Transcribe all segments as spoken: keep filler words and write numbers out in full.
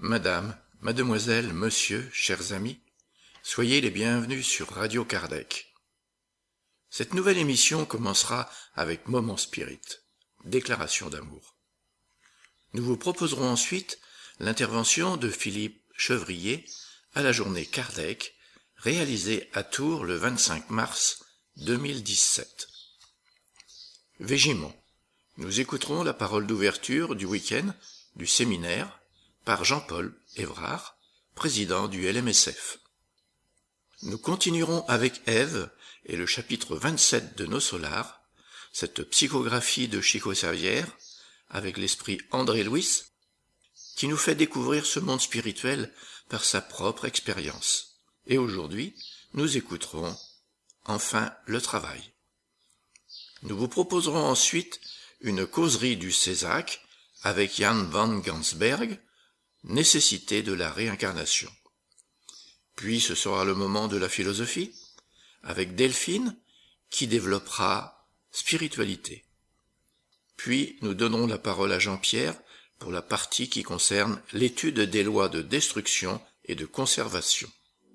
Madame, mademoiselle, monsieur, chers amis, soyez les bienvenus sur Radio Kardec. Cette nouvelle émission commencera avec Moment Spirit, déclaration d'amour. Nous vous proposerons ensuite l'intervention de Philippe Chevrier à la journée Kardec, réalisée à Tours le vingt-cinq mars deux mille dix-sept. Végément, nous écouterons la parole d'ouverture du week-end du séminaire par Jean-Paul Évrard, président du L M S F. Nous continuerons avec Ève et le chapitre vingt-sept de Nos Solars, cette psychographie de Chico Xavier, avec l'esprit André Louis, qui nous fait découvrir ce monde spirituel par sa propre expérience. Et aujourd'hui, nous écouterons enfin le travail. Nous vous proposerons ensuite une causerie du Césac avec Jan van Gansberg, nécessité de la réincarnation. Puis ce sera le moment de la philosophie, avec Delphine, qui développera spiritualité. Puis nous donnerons la parole à Jean-Pierre pour la partie qui concerne l'étude des lois de destruction et de conservation.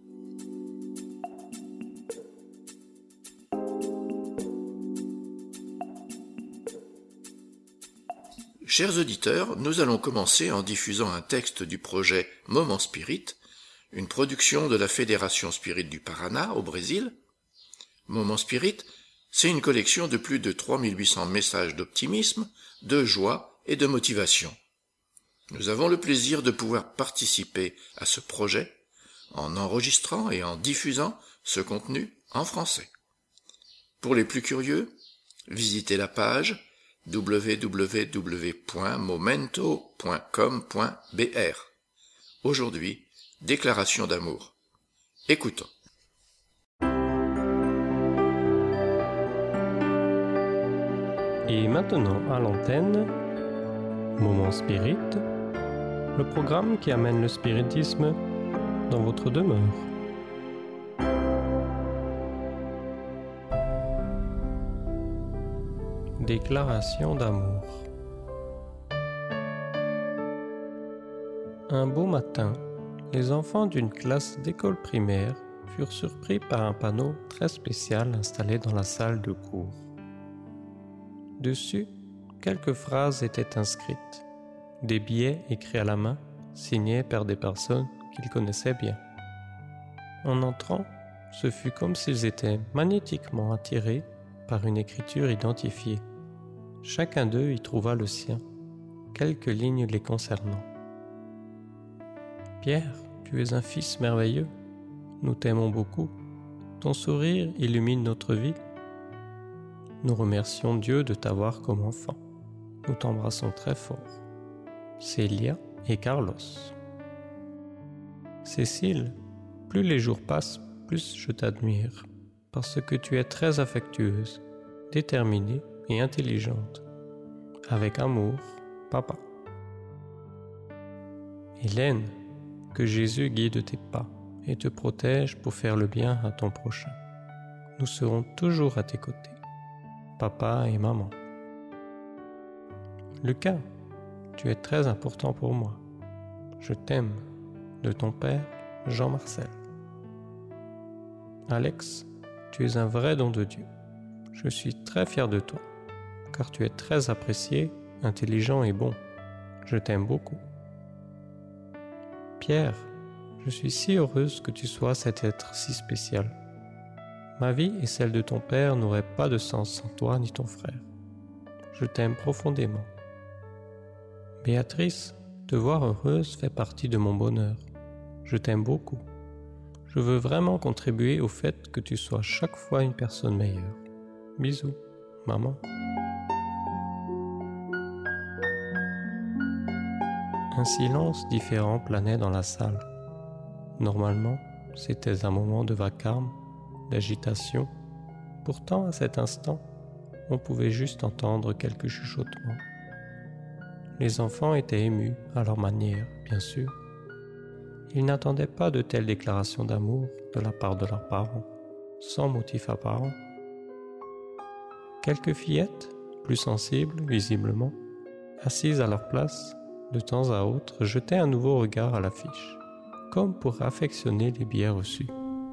Chers auditeurs, nous allons commencer en diffusant un texte du projet Moment Spirit, une production de la Fédération Spirit du Paraná au Brésil. Moment Spirit, c'est une collection de plus de trois mille huit cents messages d'optimisme, de joie et de motivation. Nous avons le plaisir de pouvoir participer à ce projet en enregistrant et en diffusant ce contenu en français. Pour les plus curieux, visitez la page w w w point momento point com point b r. Aujourd'hui, déclaration d'amour. Écoutons. Et maintenant à l'antenne, Moment Spirit, le programme qui amène le spiritisme dans votre demeure. Déclaration d'amour. Un beau matin, les enfants d'une classe d'école primaire furent surpris par un panneau très spécial installé dans la salle de cours. Dessus, quelques phrases étaient inscrites, des billets écrits à la main, signés par des personnes qu'ils connaissaient bien. En entrant, ce fut comme s'ils étaient magnétiquement attirés par une écriture identifiée. Chacun d'eux y trouva le sien, quelques lignes les concernant. « Pierre, tu es un fils merveilleux. Nous t'aimons beaucoup. Ton sourire illumine notre vie. Nous remercions Dieu de t'avoir comme enfant. Nous t'embrassons très fort. Célia et Carlos. Cécile, plus les jours passent, plus je t'admire, parce que tu es très affectueuse, déterminée et intelligente. Avec amour, papa. Hélène, que Jésus guide tes pas et te protège pour faire le bien à ton prochain. Nous serons toujours à tes côtés, papa et maman. Lucas, tu es très important pour moi. Je t'aime, de ton père, Jean-Marcel. Alex, tu es un vrai don de Dieu. Je suis très fier de toi, car tu es très apprécié, intelligent et bon. Je t'aime beaucoup. Pierre, je suis si heureuse que tu sois cet être si spécial. Ma vie et celle de ton père n'auraient pas de sens sans toi ni ton frère. Je t'aime profondément. Béatrice, te voir heureuse fait partie de mon bonheur. Je t'aime beaucoup. Je veux vraiment contribuer au fait que tu sois chaque fois une personne meilleure. Bisous, maman. Un silence différent planait dans la salle. Normalement, c'était un moment de vacarme, d'agitation. Pourtant, à cet instant, on pouvait juste entendre quelques chuchotements. Les enfants étaient émus à leur manière, bien sûr. Ils n'attendaient pas de telles déclarations d'amour de la part de leurs parents, sans motif apparent. Quelques fillettes, plus sensibles visiblement, assises à leur place, de temps à autre, jeter un nouveau regard à l'affiche, comme pour affectionner les billets reçus.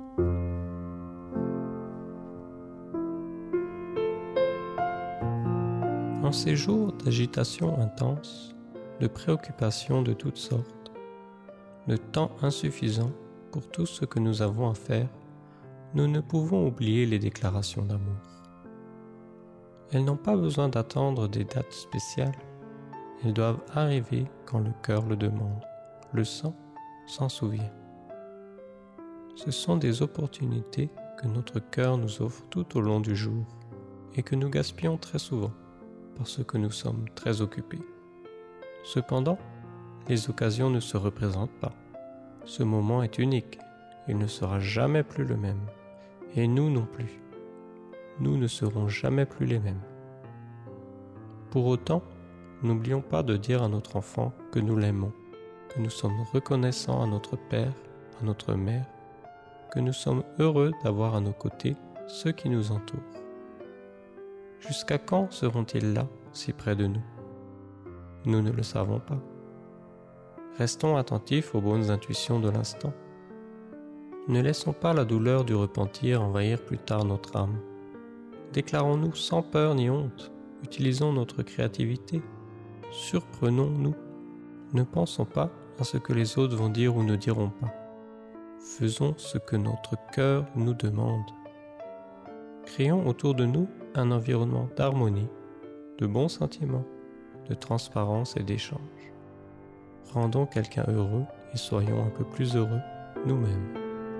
En ces jours d'agitation intense, de préoccupations de toutes sortes, de temps insuffisant pour tout ce que nous avons à faire, nous ne pouvons oublier les déclarations d'amour. Elles n'ont pas besoin d'attendre des dates spéciales, elles doivent arriver quand le cœur le demande, le sent, s'en souvient. Ce sont des opportunités que notre cœur nous offre tout au long du jour et que nous gaspillons très souvent parce que nous sommes très occupés. Cependant, les occasions ne se représentent pas. Ce moment est unique, il ne sera jamais plus le même. Et nous non plus. Nous ne serons jamais plus les mêmes. Pour autant, n'oublions pas de dire à notre enfant que nous l'aimons, que nous sommes reconnaissants à notre Père, à notre Mère, que nous sommes heureux d'avoir à nos côtés ceux qui nous entourent. Jusqu'à quand seront-ils là, si près de nous? Nous ne le savons pas. Restons attentifs aux bonnes intuitions de l'instant. Ne laissons pas la douleur du repentir envahir plus tard notre âme. Déclarons-nous sans peur ni honte, utilisons notre créativité, surprenons-nous. Ne pensons pas à ce que les autres vont dire ou ne diront pas. Faisons ce que notre cœur nous demande. Créons autour de nous un environnement d'harmonie, de bons sentiments, de transparence et d'échange. Rendons quelqu'un heureux et soyons un peu plus heureux nous-mêmes.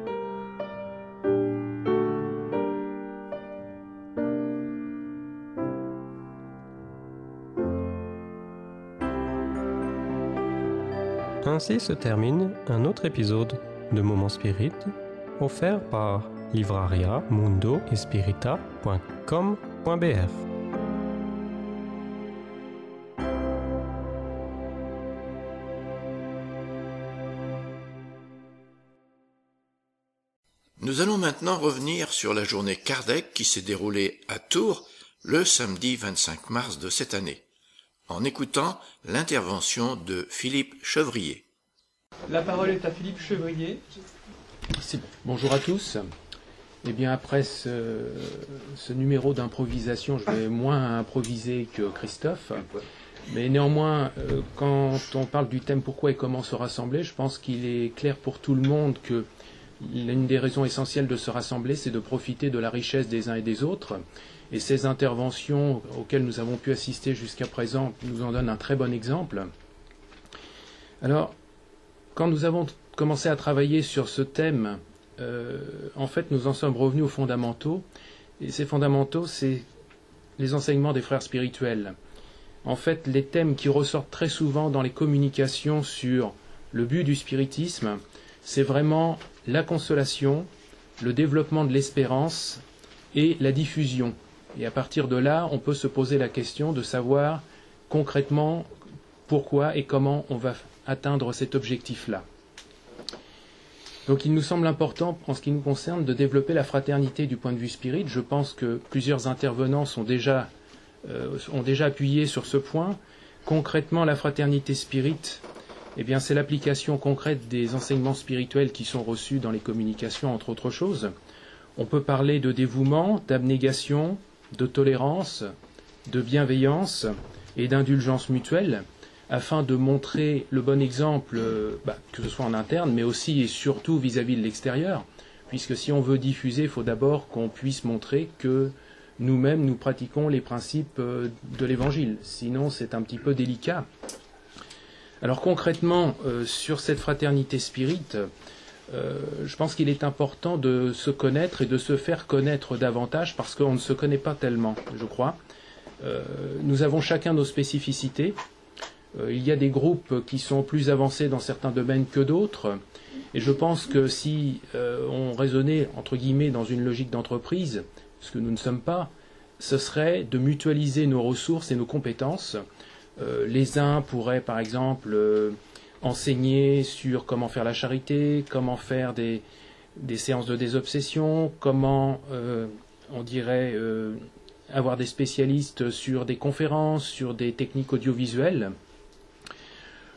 Ainsi se termine un autre épisode de Moments Spirit, offert par livraria mundo espirita point com point b r. Nous allons maintenant revenir sur la journée Kardec qui s'est déroulée à Tours le samedi vingt-cinq mars de cette année, en écoutant l'intervention de Philippe Chevrier. La parole est à Philippe Chevrier. Merci. Bonjour à tous. Eh bien, après ce, ce numéro d'improvisation, je vais moins improviser que Christophe. Mais néanmoins, euh, quand on parle du thème pourquoi et comment se rassembler, je pense qu'il est clair pour tout le monde que l'une des raisons essentielles de se rassembler, c'est de profiter de la richesse des uns et des autres. Et ces interventions auxquelles nous avons pu assister jusqu'à présent nous en donnent un très bon exemple. Alors, quand nous avons commencé à travailler sur ce thème, euh, en fait, nous en sommes revenus aux fondamentaux. Et ces fondamentaux, c'est les enseignements des frères spirituels. En fait, les thèmes qui ressortent très souvent dans les communications sur le but du spiritisme, c'est vraiment la consolation, le développement de l'espérance et la diffusion. Et à partir de là, on peut se poser la question de savoir concrètement pourquoi et comment on va atteindre cet objectif-là. Donc il nous semble important, en ce qui nous concerne, de développer la fraternité du point de vue spirit. Je pense que plusieurs intervenants sont déjà, euh, ont déjà appuyé sur ce point. Concrètement, la fraternité spirit, eh bien, c'est l'application concrète des enseignements spirituels qui sont reçus dans les communications, entre autres choses. On peut parler de dévouement, d'abnégation, de tolérance, de bienveillance et d'indulgence mutuelle, afin de montrer le bon exemple, euh, bah, que ce soit en interne, mais aussi et surtout vis-à-vis de l'extérieur, puisque si on veut diffuser, il faut d'abord qu'on puisse montrer que nous-mêmes, nous pratiquons les principes euh, de l'Évangile. Sinon, c'est un petit peu délicat. Alors concrètement, euh, sur cette fraternité spirit, euh, je pense qu'il est important de se connaître et de se faire connaître davantage, parce qu'on ne se connaît pas tellement, je crois. Euh, nous avons chacun nos spécificités. Il y a des groupes qui sont plus avancés dans certains domaines que d'autres, et je pense que si euh, on raisonnait, entre guillemets, dans une logique d'entreprise, ce que nous ne sommes pas, ce serait de mutualiser nos ressources et nos compétences. Euh, les uns pourraient, par exemple, euh, enseigner sur comment faire la charité, comment faire des, des séances de désobsession, comment, euh, on dirait, euh, avoir des spécialistes sur des conférences, sur des techniques audiovisuelles.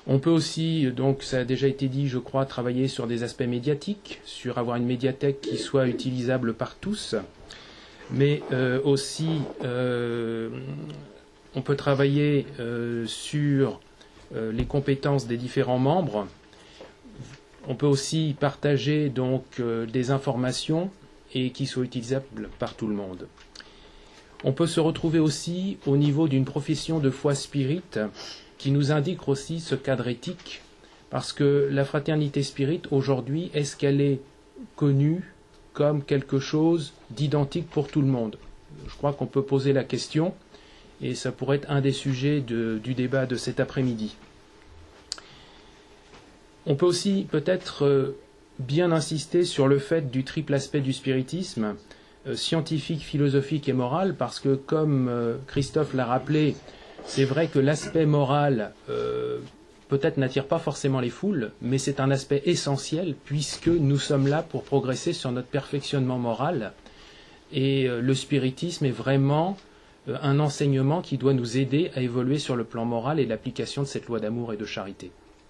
On peut aussi, donc ça a déjà été dit, je crois, travailler sur des aspects médiatiques, sur avoir une médiathèque qui soit utilisable par tous, mais euh, aussi euh, on peut travailler euh, sur euh, les compétences des différents membres. On peut aussi partager donc euh, des informations et qui soient utilisables par tout le monde. On peut se retrouver aussi au niveau d'une profession de foi spirite qui nous indique aussi ce cadre éthique, parce que la fraternité spirite aujourd'hui, est-ce qu'elle est connue comme quelque chose d'identique pour tout le monde? Je crois qu'on peut poser la question, et ça pourrait être un des sujets de, du débat de cet après-midi. On peut aussi peut-être bien insister sur le fait du triple aspect du spiritisme, euh, scientifique, philosophique et moral, parce que comme euh, Christophe l'a rappelé, c'est vrai que l'aspect moral euh, peut-être n'attire pas forcément les foules, mais c'est un aspect essentiel puisque nous sommes là pour progresser sur notre perfectionnement moral. Et euh, le spiritisme est vraiment euh, un enseignement qui doit nous aider à évoluer sur le plan moral et l'application de cette loi d'amour et de charité.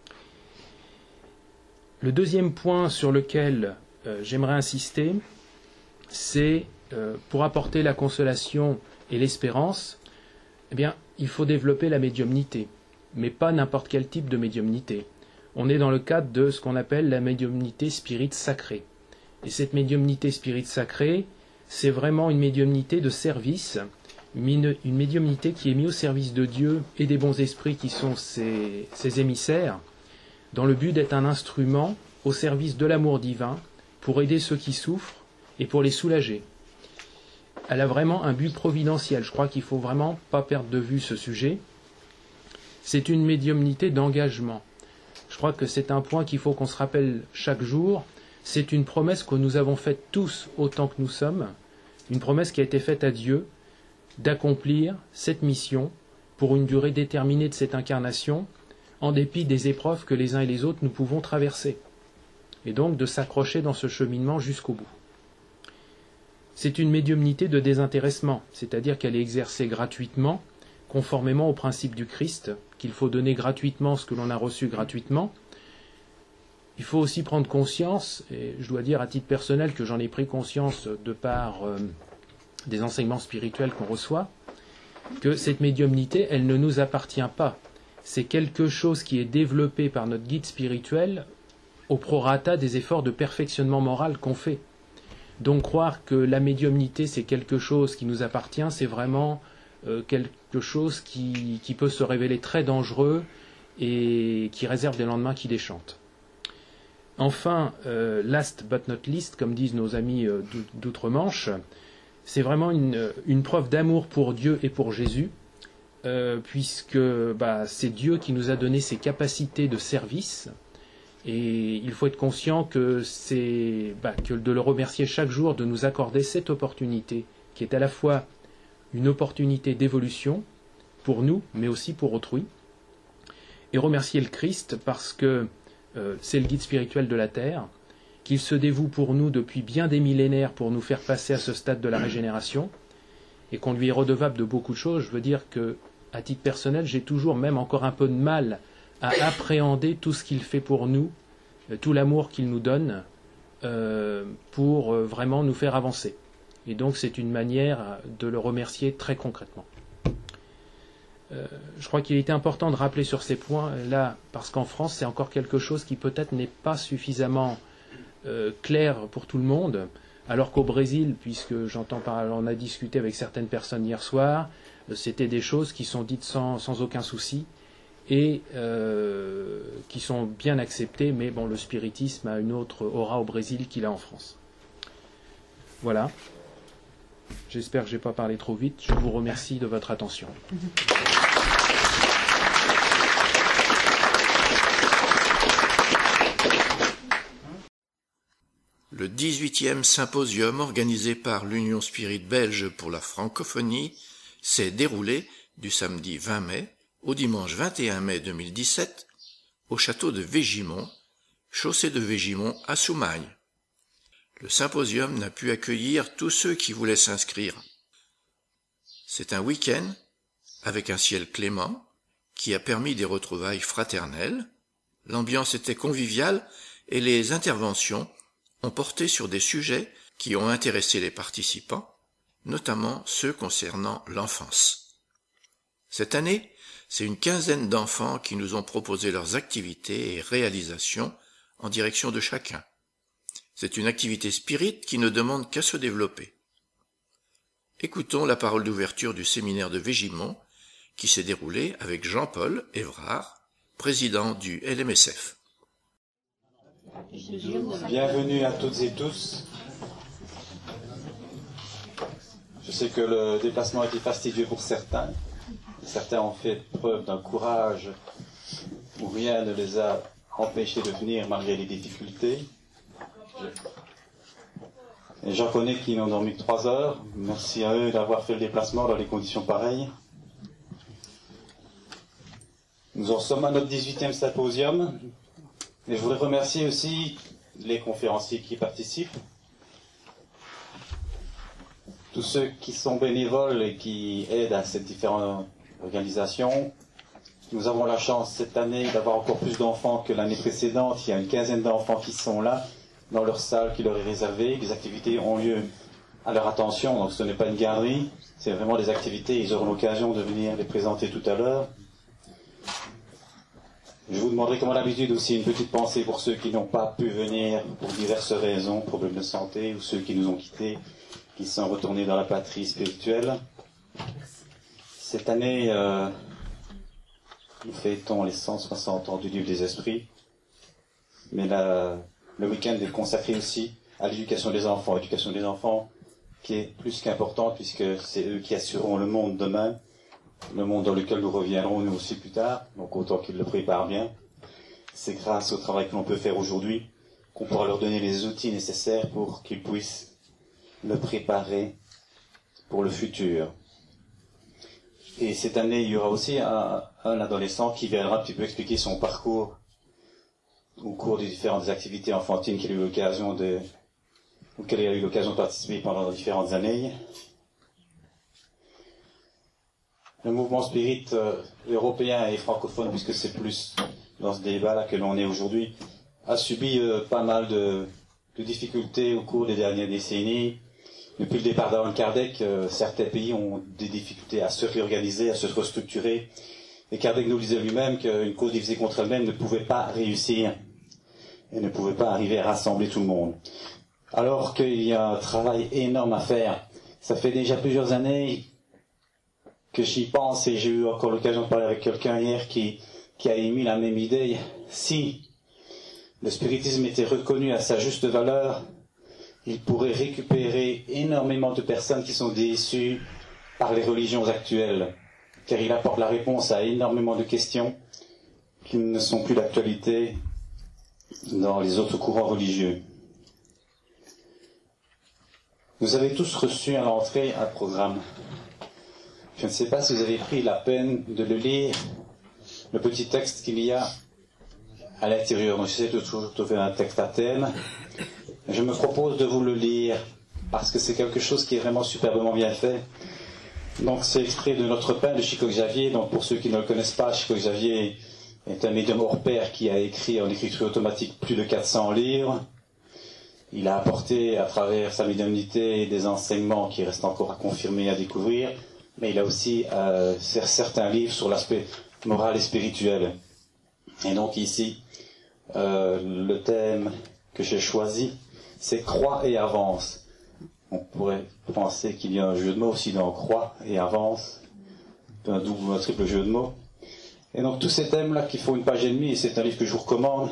Le deuxième point sur lequel euh, j'aimerais insister, c'est euh, pour apporter la consolation et l'espérance, eh bien, il faut développer la médiumnité, mais pas n'importe quel type de médiumnité. On est dans le cadre de ce qu'on appelle la médiumnité spirite sacrée. Et cette médiumnité spirite sacrée, c'est vraiment une médiumnité de service, une médiumnité qui est mise au service de Dieu et des bons esprits qui sont ses, ses émissaires, dans le but d'être un instrument au service de l'amour divin pour aider ceux qui souffrent et pour les soulager. Elle a vraiment un but providentiel. Je crois qu'il ne faut vraiment pas perdre de vue ce sujet. C'est une médiumnité d'engagement. Je crois que c'est un point qu'il faut qu'on se rappelle chaque jour. C'est une promesse que nous avons faite tous autant que nous sommes, une promesse qui a été faite à Dieu d'accomplir cette mission pour une durée déterminée de cette incarnation, en dépit des épreuves que les uns et les autres nous pouvons traverser, et donc de s'accrocher dans ce cheminement jusqu'au bout. C'est une médiumnité de désintéressement, c'est-à-dire qu'elle est exercée gratuitement, conformément au principe du Christ, qu'il faut donner gratuitement ce que l'on a reçu gratuitement. Il faut aussi prendre conscience, et je dois dire à titre personnel que j'en ai pris conscience de par euh, des enseignements spirituels qu'on reçoit, que cette médiumnité, elle ne nous appartient pas. C'est quelque chose qui est développé par notre guide spirituel au prorata des efforts de perfectionnement moral qu'on fait. Donc croire que la médiumnité c'est quelque chose qui nous appartient, c'est vraiment euh, quelque chose qui, qui peut se révéler très dangereux et qui réserve des lendemains qui déchantent. Enfin, euh, last but not least, comme disent nos amis euh, d'outre-Manche, c'est vraiment une, une preuve d'amour pour Dieu et pour Jésus, euh, puisque bah, c'est Dieu qui nous a donné ses capacités de service. Et il faut être conscient que c'est bah, que de le remercier chaque jour de nous accorder cette opportunité, qui est à la fois une opportunité d'évolution pour nous, mais aussi pour autrui. Et remercier le Christ parce que euh, c'est le guide spirituel de la terre, qu'il se dévoue pour nous depuis bien des millénaires pour nous faire passer à ce stade de la régénération, et qu'on lui est redevable de beaucoup de choses. Je veux dire que, à titre personnel, j'ai toujours même encore un peu de mal à appréhender tout ce qu'il fait pour nous, tout l'amour qu'il nous donne euh, pour euh, vraiment nous faire avancer. Et donc c'est une manière de le remercier très concrètement. Euh, je crois qu'il était important de rappeler sur ces points-là, parce qu'en France, c'est encore quelque chose qui peut-être n'est pas suffisamment euh, clair pour tout le monde, alors qu'au Brésil, puisque j'entends parler, on a discuté avec certaines personnes hier soir, euh, c'était des choses qui sont dites sans, sans aucun souci, et euh, qui sont bien acceptés, mais bon, le spiritisme a une autre aura au Brésil qu'il a en France. Voilà. J'espère que je n'ai pas parlé trop vite. Je vous remercie de votre attention. Le dix-huitième symposium organisé par l'Union Spirit belge pour la francophonie s'est déroulé du samedi vingt mai au dimanche vingt et un mai deux mille dix-sept, au château de Végimont, chaussée de Végimont à Soumagne. Le symposium n'a pu accueillir tous ceux qui voulaient s'inscrire. C'est un week-end avec un ciel clément, qui a permis des retrouvailles fraternelles. L'ambiance était conviviale et les interventions ont porté sur des sujets qui ont intéressé les participants, notamment ceux concernant l'enfance. Cette année, c'est une quinzaine d'enfants qui nous ont proposé leurs activités et réalisations en direction de chacun. C'est une activité spirit qui ne demande qu'à se développer. Écoutons la parole d'ouverture du séminaire de Végimont qui s'est déroulé avec Jean-Paul Évrard, président du L M S F. Bienvenue à toutes et tous. Je sais que le déplacement a été fastidieux pour certains. Certains ont fait preuve d'un courage où rien ne les a empêchés de venir malgré les difficultés. Et j'en connais qui n'ont dormi que trois heures. Merci à eux d'avoir fait le déplacement dans les conditions pareilles. Nous en sommes à notre dix-huitième symposium. Et je voudrais remercier aussi les conférenciers qui participent, tous ceux qui sont bénévoles et qui aident à ces différentes organisations. Nous avons la chance cette année d'avoir encore plus d'enfants que l'année précédente. Il y a une quinzaine d'enfants qui sont là, dans leur salle qui leur est réservée. Les activités ont lieu à leur attention, donc ce n'est pas une galerie, c'est vraiment des activités. Ils auront l'occasion de venir les présenter tout à l'heure. Je vous demanderai comme à l'habitude aussi une petite pensée pour ceux qui n'ont pas pu venir pour diverses raisons, problèmes de santé, ou ceux qui nous ont quittés, qui sont retournés dans la patrie spirituelle. Cette année, euh, nous fêtons les cent soixante ans du livre des esprits, mais la, le week-end est consacré aussi à l'éducation des enfants, l'éducation des enfants qui est plus qu'importante puisque c'est eux qui assureront le monde demain, le monde dans lequel nous reviendrons nous aussi plus tard, donc autant qu'ils le préparent bien. C'est grâce au travail que l'on peut faire aujourd'hui qu'on pourra leur donner les outils nécessaires pour qu'ils puissent le préparer pour le futur. Et cette année, il y aura aussi un, un adolescent qui viendra un petit peu expliquer son parcours au cours des différentes activités enfantines qu'il a eu l'occasion de, auxquelles il a eu l'occasion de participer pendant différentes années. Le mouvement spirit euh, européen et francophone, puisque c'est plus dans ce débat-là que l'on est aujourd'hui, a subi euh, pas mal de, de difficultés au cours des dernières décennies. Depuis le départ d'Allan Kardec, euh, certains pays ont des difficultés à se réorganiser, à se restructurer. Et Kardec nous disait lui-même qu'une cause divisée contre elle-même ne pouvait pas réussir et ne pouvait pas arriver à rassembler tout le monde. Alors qu'il y a un travail énorme à faire. Ça fait déjà plusieurs années que j'y pense et j'ai eu encore l'occasion de parler avec quelqu'un hier qui, qui a émis la même idée. Si le spiritisme était reconnu à sa juste valeur, il pourrait récupérer énormément de personnes qui sont déçues par les religions actuelles, car il apporte la réponse à énormément de questions qui ne sont plus d'actualité dans les autres courants religieux. Vous avez tous reçu à l'entrée un programme. Je ne sais pas si vous avez pris la peine de le lire, le petit texte qu'il y a à l'intérieur. Donc j'essaie de toujours trouver un texte à thème. Je me propose de vous le lire parce que c'est quelque chose qui est vraiment superbement bien fait. Donc c'est extrait de Notre Pain de Chico Xavier. Donc pour ceux qui ne le connaissent pas, Chico Xavier est un médium hors pair qui a écrit en écriture automatique plus de quatre cents livres. Il a apporté à travers sa médiumnité des enseignements qui restent encore à confirmer et à découvrir, mais il a aussi euh, certains livres sur l'aspect moral et spirituel. Et donc ici, euh, le thème que j'ai choisi, c'est crois et avance. On pourrait penser qu'il y a un jeu de mots aussi dans croix et avance, un double ou un triple jeu de mots. Et donc tous ces thèmes-là qui font une page et demie, et c'est un livre que je vous recommande,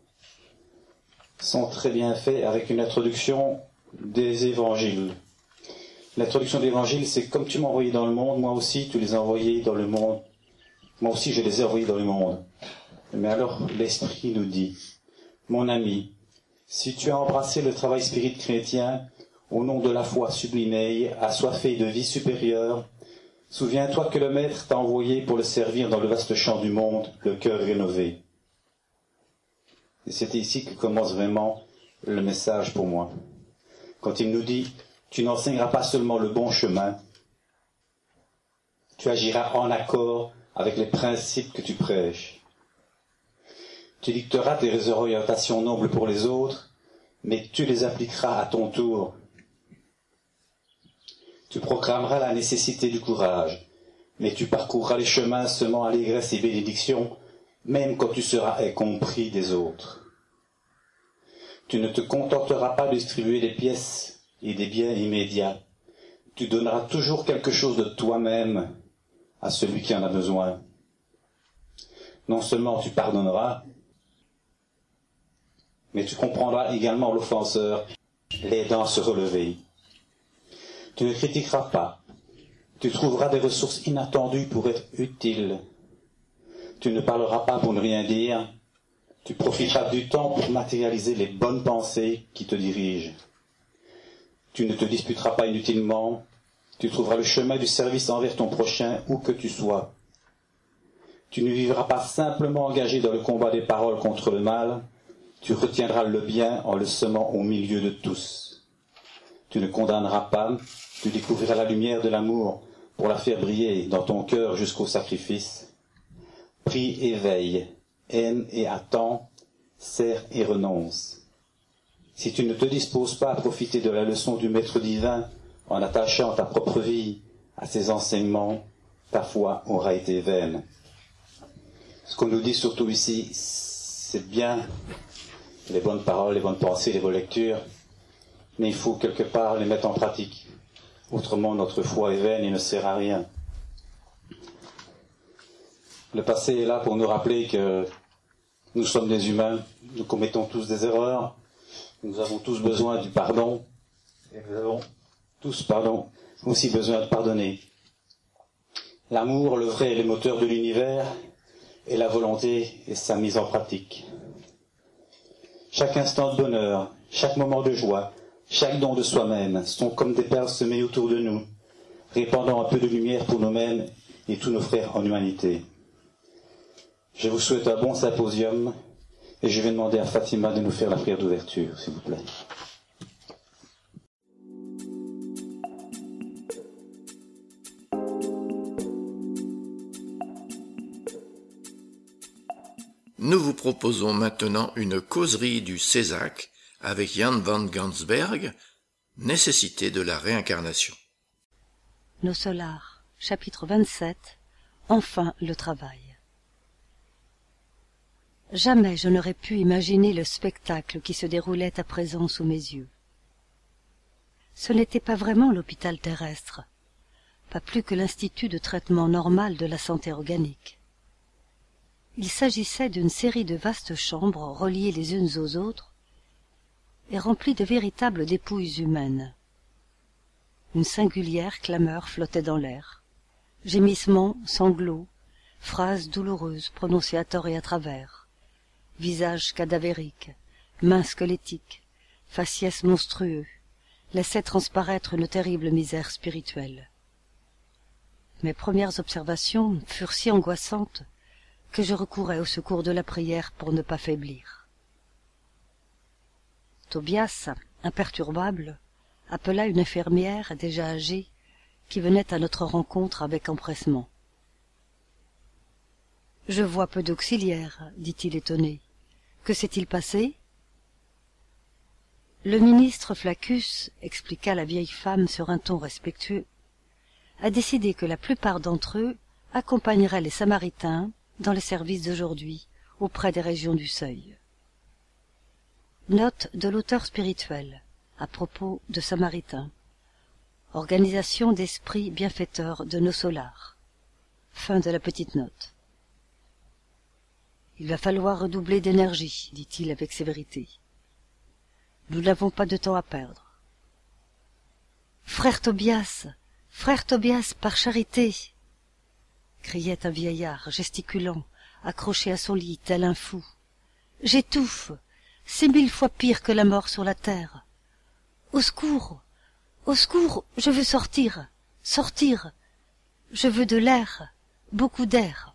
sont très bien faits avec une introduction des évangiles. L'introduction des évangiles, c'est comme tu m'as envoyé dans le monde, moi aussi tu les as envoyés dans le monde. Moi aussi je les ai envoyés dans le monde. Mais alors l'Esprit nous dit, mon ami, si tu as embrassé le travail spirit chrétien, au nom de la foi sublimée, assoiffé de vie supérieure, souviens-toi que le Maître t'a envoyé pour le servir dans le vaste champ du monde, le cœur rénové. Et c'est ici que commence vraiment le message pour moi. Quand il nous dit, tu n'enseigneras pas seulement le bon chemin, tu agiras en accord avec les principes que tu prêches. Tu dicteras tes orientations nobles pour les autres, mais tu les appliqueras à ton tour. Tu proclameras la nécessité du courage, mais tu parcourras les chemins semant allégresse et bénédiction, même quand tu seras incompris des autres. Tu ne te contenteras pas de distribuer des pièces et des biens immédiats. Tu donneras toujours quelque chose de toi-même à celui qui en a besoin. Non seulement tu pardonneras, mais tu comprendras également l'offenseur, l'aidant à se relever. Tu ne critiqueras pas. Tu trouveras des ressources inattendues pour être utile. Tu ne parleras pas pour ne rien dire. Tu profiteras du temps pour matérialiser les bonnes pensées qui te dirigent. Tu ne te disputeras pas inutilement. Tu trouveras le chemin du service envers ton prochain où que tu sois. Tu ne vivras pas simplement engagé dans le combat des paroles contre le mal. Tu retiendras le bien en le semant au milieu de tous. Tu ne condamneras pas. Tu découvriras la lumière de l'amour pour la faire briller dans ton cœur jusqu'au sacrifice. Prie et veille, aime et attends, sers et renonce. Si tu ne te disposes pas à profiter de la leçon du Maître divin en attachant ta propre vie à ses enseignements, ta foi aura été vaine. Ce qu'on nous dit surtout ici, c'est bien les bonnes paroles, les bonnes pensées, les bonnes lectures, mais il faut quelque part les mettre en pratique. Autrement, notre foi est vaine et ne sert à rien. Le passé est là pour nous rappeler que nous sommes des humains, nous commettons tous des erreurs, nous avons tous besoin du pardon, et nous avons tous, pardon, aussi besoin de pardonner. L'amour, le vrai, est le moteur de l'univers, et la volonté est sa mise en pratique. Chaque instant de bonheur, chaque moment de joie, chaque don de soi-même sont comme des perles semées autour de nous, répandant un peu de lumière pour nous-mêmes et tous nos frères en humanité. Je vous souhaite un bon symposium et je vais demander à Fatima de nous faire la prière d'ouverture, s'il vous plaît. Nous vous proposons maintenant une causerie du Césac avec Jan van Gansberg, Nécessité de la réincarnation. Nos Solars, chapitre vingt-sept. Enfin le travail. Jamais je n'aurais pu imaginer le spectacle qui se déroulait à présent sous mes yeux. Ce n'était pas vraiment l'hôpital terrestre, pas plus que l'institut de traitement normal de la santé organique. Il s'agissait d'une série de vastes chambres reliées les unes aux autres et remplies de véritables dépouilles humaines. Une singulière clameur flottait dans l'air. Gémissements, sanglots, phrases douloureuses prononcées à tort et à travers, visages cadavériques, mains squelettiques, faciès monstrueux, laissaient transparaître une terrible misère spirituelle. Mes premières observations furent si angoissantes que je recourais au secours de la prière pour ne pas faiblir. Tobias, imperturbable, appela une infirmière déjà âgée qui venait à notre rencontre avec empressement. « Je vois peu d'auxiliaires, dit-il étonné. Que s'est-il passé ?» Le ministre Flaccus, expliqua la vieille femme sur un ton respectueux, a décidé que la plupart d'entre eux accompagneraient les Samaritains dans les services d'aujourd'hui, auprès des régions du Seuil. Note de l'auteur spirituel, à propos de Samaritains. Organisation d'esprit bienfaiteur de nos Solars. Fin de la petite note. Il va falloir redoubler d'énergie, dit-il avec sévérité. Nous n'avons pas de temps à perdre. Frère Tobias, frère Tobias, par charité, criait un vieillard gesticulant, accroché à son lit tel un fou. J'étouffe, c'est mille fois pire que la mort sur la terre. Au secours, au secours, je veux sortir, sortir, je veux de l'air, beaucoup d'air.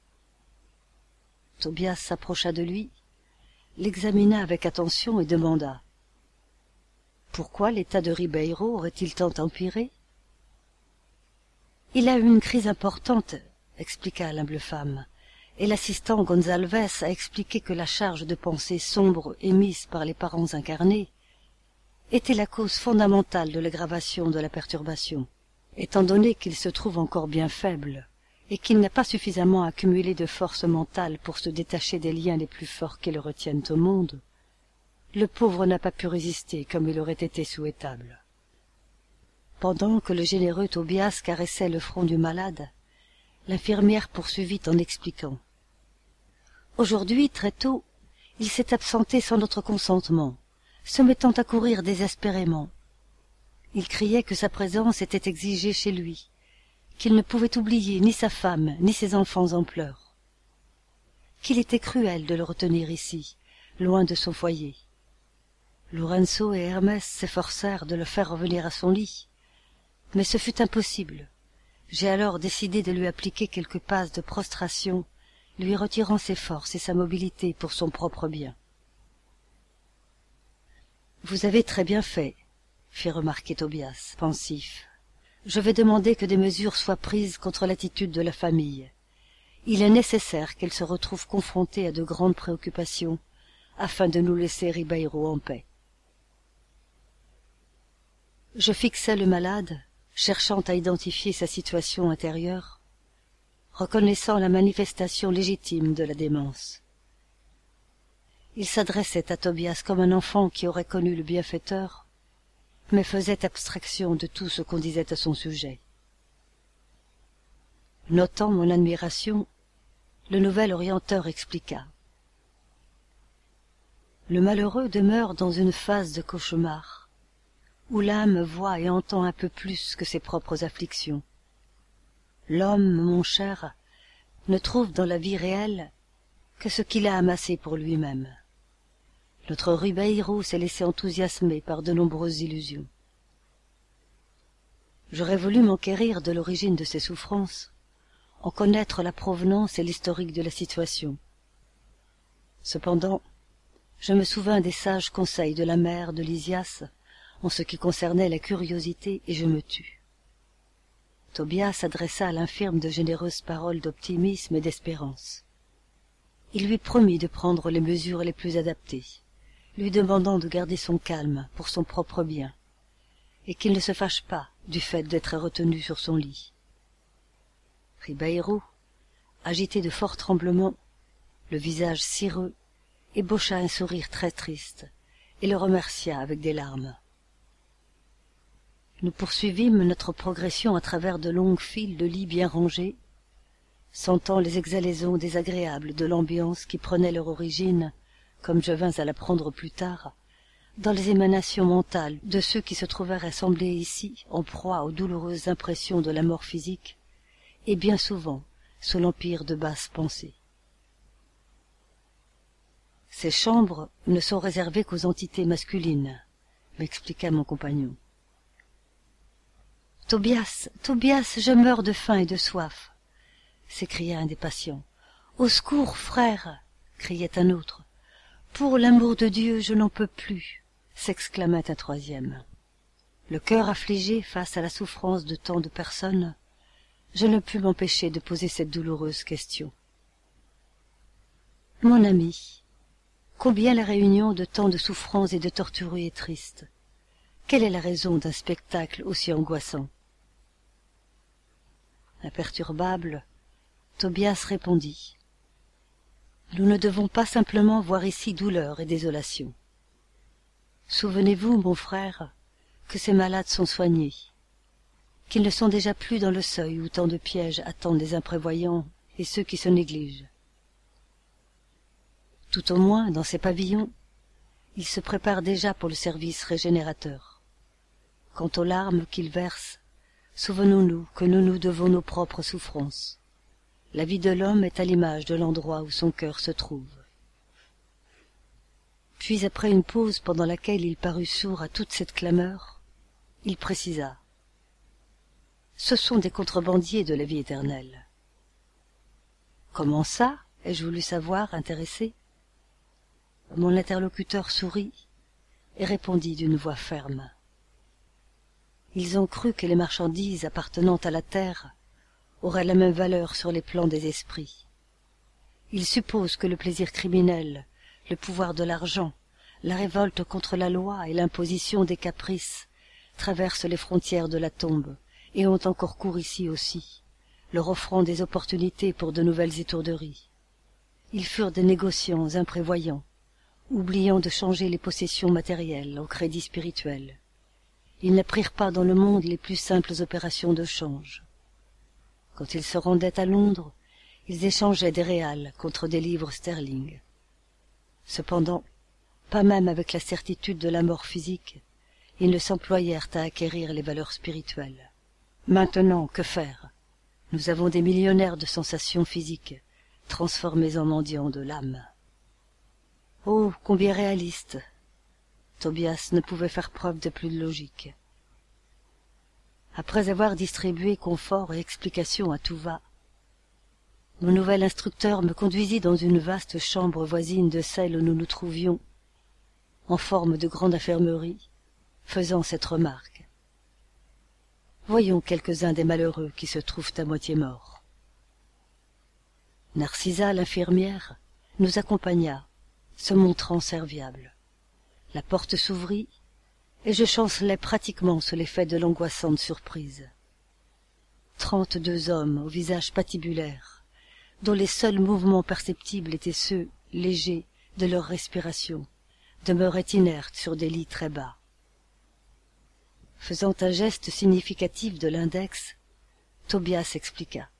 Tobias s'approcha de lui, l'examina avec attention et demanda. Pourquoi l'état de Ribeiro aurait-il tant empiré? Il a eu une crise importante, expliqua l'humble femme, et l'assistant Gonzalves a expliqué que la charge de pensée sombre émise par les parents incarnés était la cause fondamentale de l'aggravation de la perturbation, étant donné qu'il se trouve encore bien faible et qu'il n'a pas suffisamment accumulé de force mentale pour se détacher des liens les plus forts qui le retiennent au monde. Le pauvre n'a pas pu résister comme il aurait été souhaitable. Pendant que le généreux Tobias caressait le front du malade, l'infirmière poursuivit en expliquant. Aujourd'hui, très tôt, il s'est absenté sans notre consentement, se mettant à courir désespérément. Il criait que sa présence était exigée chez lui, qu'il ne pouvait oublier ni sa femme, ni ses enfants en pleurs, qu'il était cruel de le retenir ici, loin de son foyer. Lorenzo et Hermès s'efforcèrent de le faire revenir à son lit, mais ce fut impossible. J'ai alors décidé de lui appliquer quelques passes de prostration, lui retirant ses forces et sa mobilité pour son propre bien. « Vous avez très bien fait, » fit remarquer Tobias, pensif. « Je vais demander que des mesures soient prises contre l'attitude de la famille. Il est nécessaire qu'elle se retrouve confrontée à de grandes préoccupations, afin de nous laisser Ribeiro en paix. » Je fixai le malade, cherchant à identifier sa situation intérieure, reconnaissant la manifestation légitime de la démence. Il s'adressait à Tobias comme un enfant qui aurait connu le bienfaiteur, mais faisait abstraction de tout ce qu'on disait à son sujet. Notant mon admiration, le nouvel orienteur expliqua. Le malheureux demeure dans une phase de cauchemar, où l'âme voit et entend un peu plus que ses propres afflictions. L'homme, mon cher, ne trouve dans la vie réelle que ce qu'il a amassé pour lui-même. Notre Ribeiro s'est laissé enthousiasmer par de nombreuses illusions. J'aurais voulu m'enquérir de l'origine de ces souffrances, en connaître la provenance et l'historique de la situation. Cependant, je me souvins des sages conseils de la mère de Lysias en ce qui concernait la curiosité, et je me tus. Tobias adressa à l'infirme de généreuses paroles d'optimisme et d'espérance. Il lui promit de prendre les mesures les plus adaptées, lui demandant de garder son calme pour son propre bien, et qu'il ne se fâche pas du fait d'être retenu sur son lit. Ribeiro, agité de forts tremblements, le visage cireux, ébaucha un sourire très triste, et le remercia avec des larmes. Nous poursuivîmes notre progression à travers de longues files de lits bien rangés, sentant les exhalaisons désagréables de l'ambiance qui prenait leur origine, comme je vins à l'apprendre plus tard, dans les émanations mentales de ceux qui se trouvèrent assemblés ici en proie aux douloureuses impressions de la mort physique, et bien souvent sous l'empire de basses pensées. Ces chambres ne sont réservées qu'aux entités masculines, m'expliqua mon compagnon. « Tobias, Tobias, je meurs de faim et de soif !» s'écria un des patients. « Au secours, frère !» criait un autre. « Pour l'amour de Dieu, je n'en peux plus !» s'exclamait un troisième. Le cœur affligé face à la souffrance de tant de personnes, je ne pus m'empêcher de poser cette douloureuse question. « Mon ami, combien la réunion de tant de souffrances et de torturés est triste. Quelle est la raison d'un spectacle aussi angoissant ?» Imperturbable, Tobias répondit. « Nous ne devons pas simplement voir ici douleur et désolation. Souvenez-vous, mon frère, que ces malades sont soignés, qu'ils ne sont déjà plus dans le seuil où tant de pièges attendent les imprévoyants et ceux qui se négligent. Tout au moins, dans ces pavillons, ils se préparent déjà pour le service régénérateur. Quant aux larmes qu'ils versent, souvenons-nous que nous nous devons nos propres souffrances. La vie de l'homme est à l'image de l'endroit où son cœur se trouve. » Puis, après une pause pendant laquelle il parut sourd à toute cette clameur, il précisa. « Ce sont des contrebandiers de la vie éternelle. »« Comment ça ?» ai-je voulu savoir, intéressé. Mon interlocuteur sourit et répondit d'une voix ferme. « Ils ont cru que les marchandises appartenant à la terre aurait la même valeur sur les plans des esprits. Il suppose que le plaisir criminel, le pouvoir de l'argent, la révolte contre la loi et l'imposition des caprices traversent les frontières de la tombe et ont encore cours ici aussi, leur offrant des opportunités pour de nouvelles étourderies. Ils furent des négociants imprévoyants, oubliant de changer les possessions matérielles en crédit spirituel. Ils n'apprirent pas dans le monde les plus simples opérations de change. Quand ils se rendaient à Londres, ils échangeaient des réals contre des livres sterling. Cependant, pas même avec la certitude de la mort physique, ils ne s'employèrent à acquérir les valeurs spirituelles. Maintenant, que faire? Nous avons des millionnaires de sensations physiques, transformés en mendiants de l'âme. Oh, combien réaliste! Tobias ne pouvait faire preuve de plus de logique. Après avoir distribué confort et explications à tout va, mon nouvel instructeur me conduisit dans une vaste chambre voisine de celle où nous nous trouvions, en forme de grande infirmerie, faisant cette remarque. Voyons quelques-uns des malheureux qui se trouvent à moitié morts. Narcissa, l'infirmière, nous accompagna, se montrant serviable. La porte s'ouvrit, et je chancelai pratiquement sous l'effet de l'angoissante surprise. Trente-deux hommes au visage patibulaire, dont les seuls mouvements perceptibles étaient ceux, légers, de leur respiration, demeuraient inertes sur des lits très bas. Faisant un geste significatif de l'index, Tobias expliqua.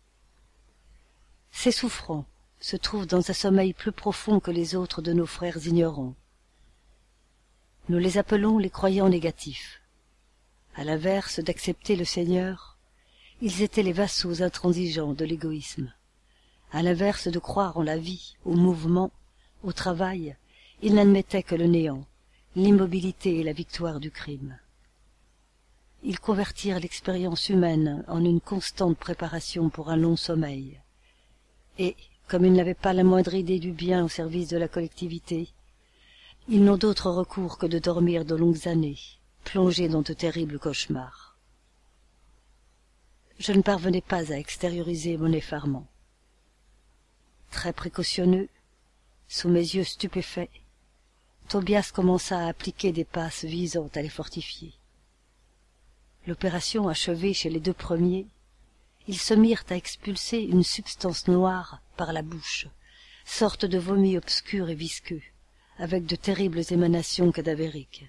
Ces souffrants se trouvent dans un sommeil plus profond que les autres de nos frères ignorants. Nous les appelons les croyants négatifs. À l'inverse d'accepter le Seigneur, ils étaient les vassaux intransigeants de l'égoïsme. À l'inverse de croire en la vie, au mouvement, au travail, ils n'admettaient que le néant, l'immobilité et la victoire du crime. Ils convertirent l'expérience humaine en une constante préparation pour un long sommeil. Et, comme ils n'avaient pas la moindre idée du bien au service de la collectivité, ils n'ont d'autre recours que de dormir de longues années, plongés dans de terribles cauchemars. Je ne parvenais pas à extérioriser mon effarement. Très précautionneux, sous mes yeux stupéfaits, Tobias commença à appliquer des passes visant à les fortifier. L'opération achevée chez les deux premiers, ils se mirent à expulser une substance noire par la bouche, sorte de vomi obscur et visqueux, avec de terribles émanations cadavériques.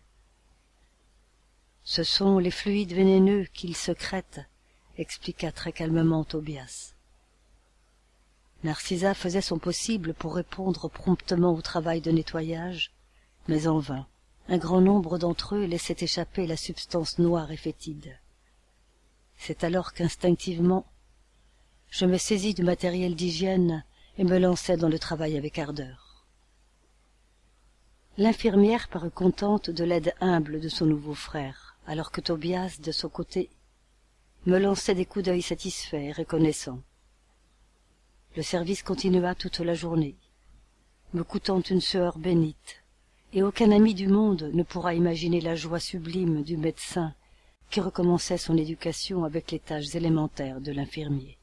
Ce sont les fluides vénéneux qu'ils secrètent, expliqua très calmement Tobias. Narcissa faisait son possible pour répondre promptement au travail de nettoyage, mais en vain. Un grand nombre d'entre eux laissaient échapper la substance noire et fétide. C'est alors qu'instinctivement, je me saisis du matériel d'hygiène et me lançai dans le travail avec ardeur. L'infirmière parut contente de l'aide humble de son nouveau frère, alors que Tobias, de son côté, me lançait des coups d'œil satisfaits et reconnaissants. Le service continua toute la journée, me coûtant une sueur bénite, et aucun ami du monde ne pourra imaginer la joie sublime du médecin qui recommençait son éducation avec les tâches élémentaires de l'infirmier.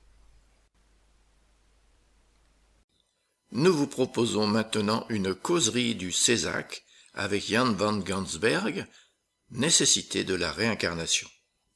Nous vous proposons maintenant une causerie du Césac avec Jan van Gansberg, Nécessité de la réincarnation.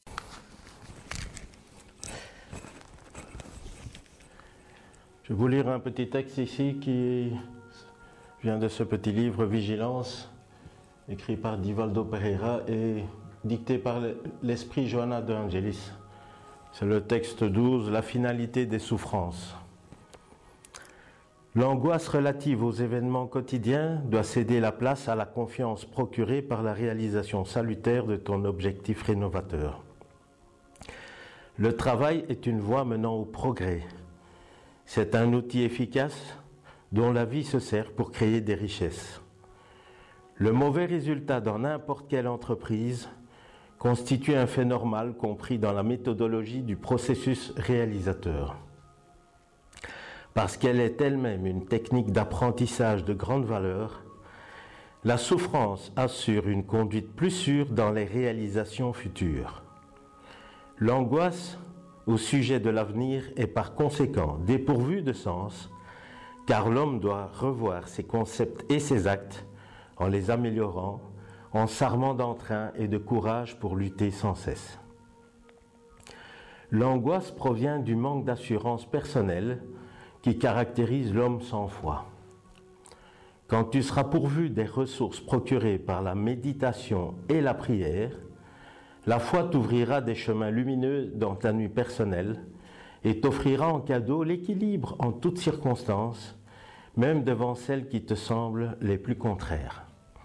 Je vais vous lire un petit texte ici qui vient de ce petit livre Vigilance, écrit par Divaldo Pereira et dicté par l'esprit Johanna de Angelis. C'est le texte douze, la finalité des souffrances. L'angoisse relative aux événements quotidiens doit céder la place à la confiance procurée par la réalisation salutaire de ton objectif rénovateur. Le travail est une voie menant au progrès. C'est un outil efficace dont la vie se sert pour créer des richesses. Le mauvais résultat dans n'importe quelle entreprise constitue un fait normal compris dans la méthodologie du processus réalisateur. Parce qu'elle est elle-même une technique d'apprentissage de grande valeur, la souffrance assure une conduite plus sûre dans les réalisations futures. L'angoisse au sujet de l'avenir est par conséquent dépourvue de sens, car l'homme doit revoir ses concepts et ses actes en les améliorant, en s'armant d'entrain et de courage pour lutter sans cesse. L'angoisse provient du manque d'assurance personnelle qui caractérise l'homme sans foi. Quand tu seras pourvu des ressources procurées par la méditation et la prière, la foi t'ouvrira des chemins lumineux dans ta nuit personnelle et t'offrira en cadeau l'équilibre en toutes circonstances, même devant celles qui te semblent les plus contraires.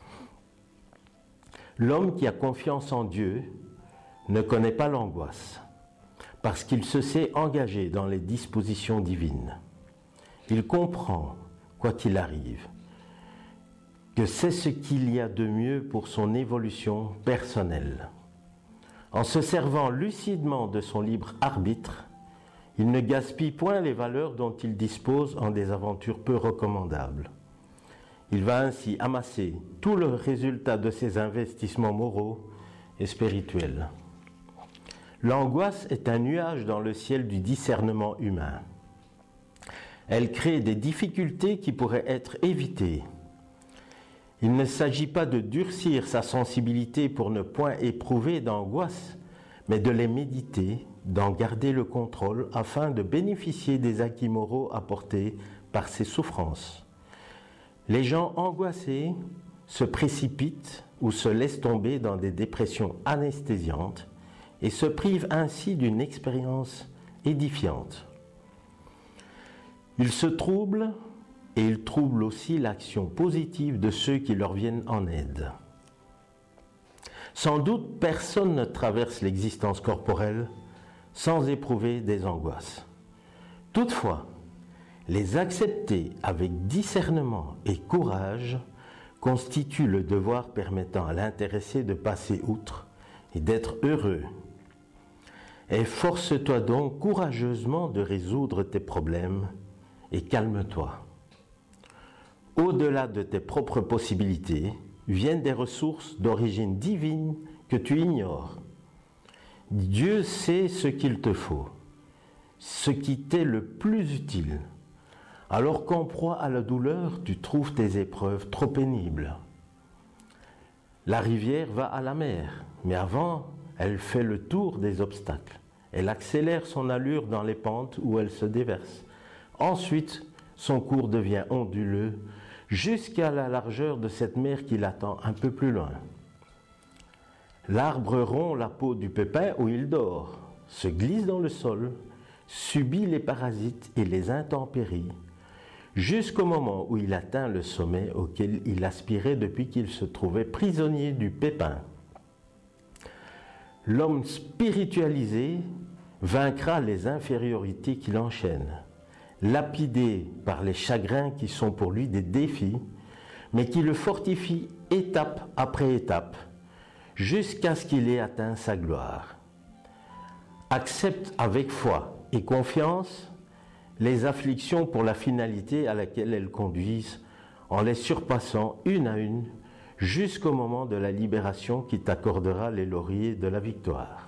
L'homme qui a confiance en Dieu ne connaît pas l'angoisse, parce qu'il se sait engagé dans les dispositions divines. Il comprend, quoi qu'il arrive, que c'est ce qu'il y a de mieux pour son évolution personnelle. En se servant lucidement de son libre arbitre, il ne gaspille point les valeurs dont il dispose en des aventures peu recommandables. Il va ainsi amasser tout le résultat de ses investissements moraux et spirituels. L'angoisse est un nuage dans le ciel du discernement humain. Elle crée des difficultés qui pourraient être évitées. Il ne s'agit pas de durcir sa sensibilité pour ne point éprouver d'angoisse, mais de les méditer, d'en garder le contrôle afin de bénéficier des acquis moraux apportés par ces souffrances. Les gens angoissés se précipitent ou se laissent tomber dans des dépressions anesthésiantes et se privent ainsi d'une expérience édifiante. Ils se troublent et ils troublent aussi l'action positive de ceux qui leur viennent en aide. Sans doute, personne ne traverse l'existence corporelle sans éprouver des angoisses. Toutefois, les accepter avec discernement et courage constitue le devoir permettant à l'intéressé de passer outre et d'être heureux. Efforce-toi donc courageusement de résoudre tes problèmes et calme-toi. Au-delà de tes propres possibilités, viennent des ressources d'origine divine que tu ignores. Dieu sait ce qu'il te faut, ce qui t'est le plus utile. Alors qu'en proie à la douleur, tu trouves tes épreuves trop pénibles. La rivière va à la mer, mais avant, elle fait le tour des obstacles. Elle accélère son allure dans les pentes où elle se déverse. Ensuite, son cours devient onduleux jusqu'à la largeur de cette mer qui l'attend un peu plus loin. L'arbre rompt la peau du pépin où il dort, se glisse dans le sol, subit les parasites et les intempéries, jusqu'au moment où il atteint le sommet auquel il aspirait depuis qu'il se trouvait prisonnier du pépin. L'homme spiritualisé vaincra les infériorités qui l'enchaînent, lapidé par les chagrins qui sont pour lui des défis, mais qui le fortifient étape après étape, jusqu'à ce qu'il ait atteint sa gloire. Accepte avec foi et confiance les afflictions pour la finalité à laquelle elles conduisent, en les surpassant une à une, jusqu'au moment de la libération qui t'accordera les lauriers de la victoire.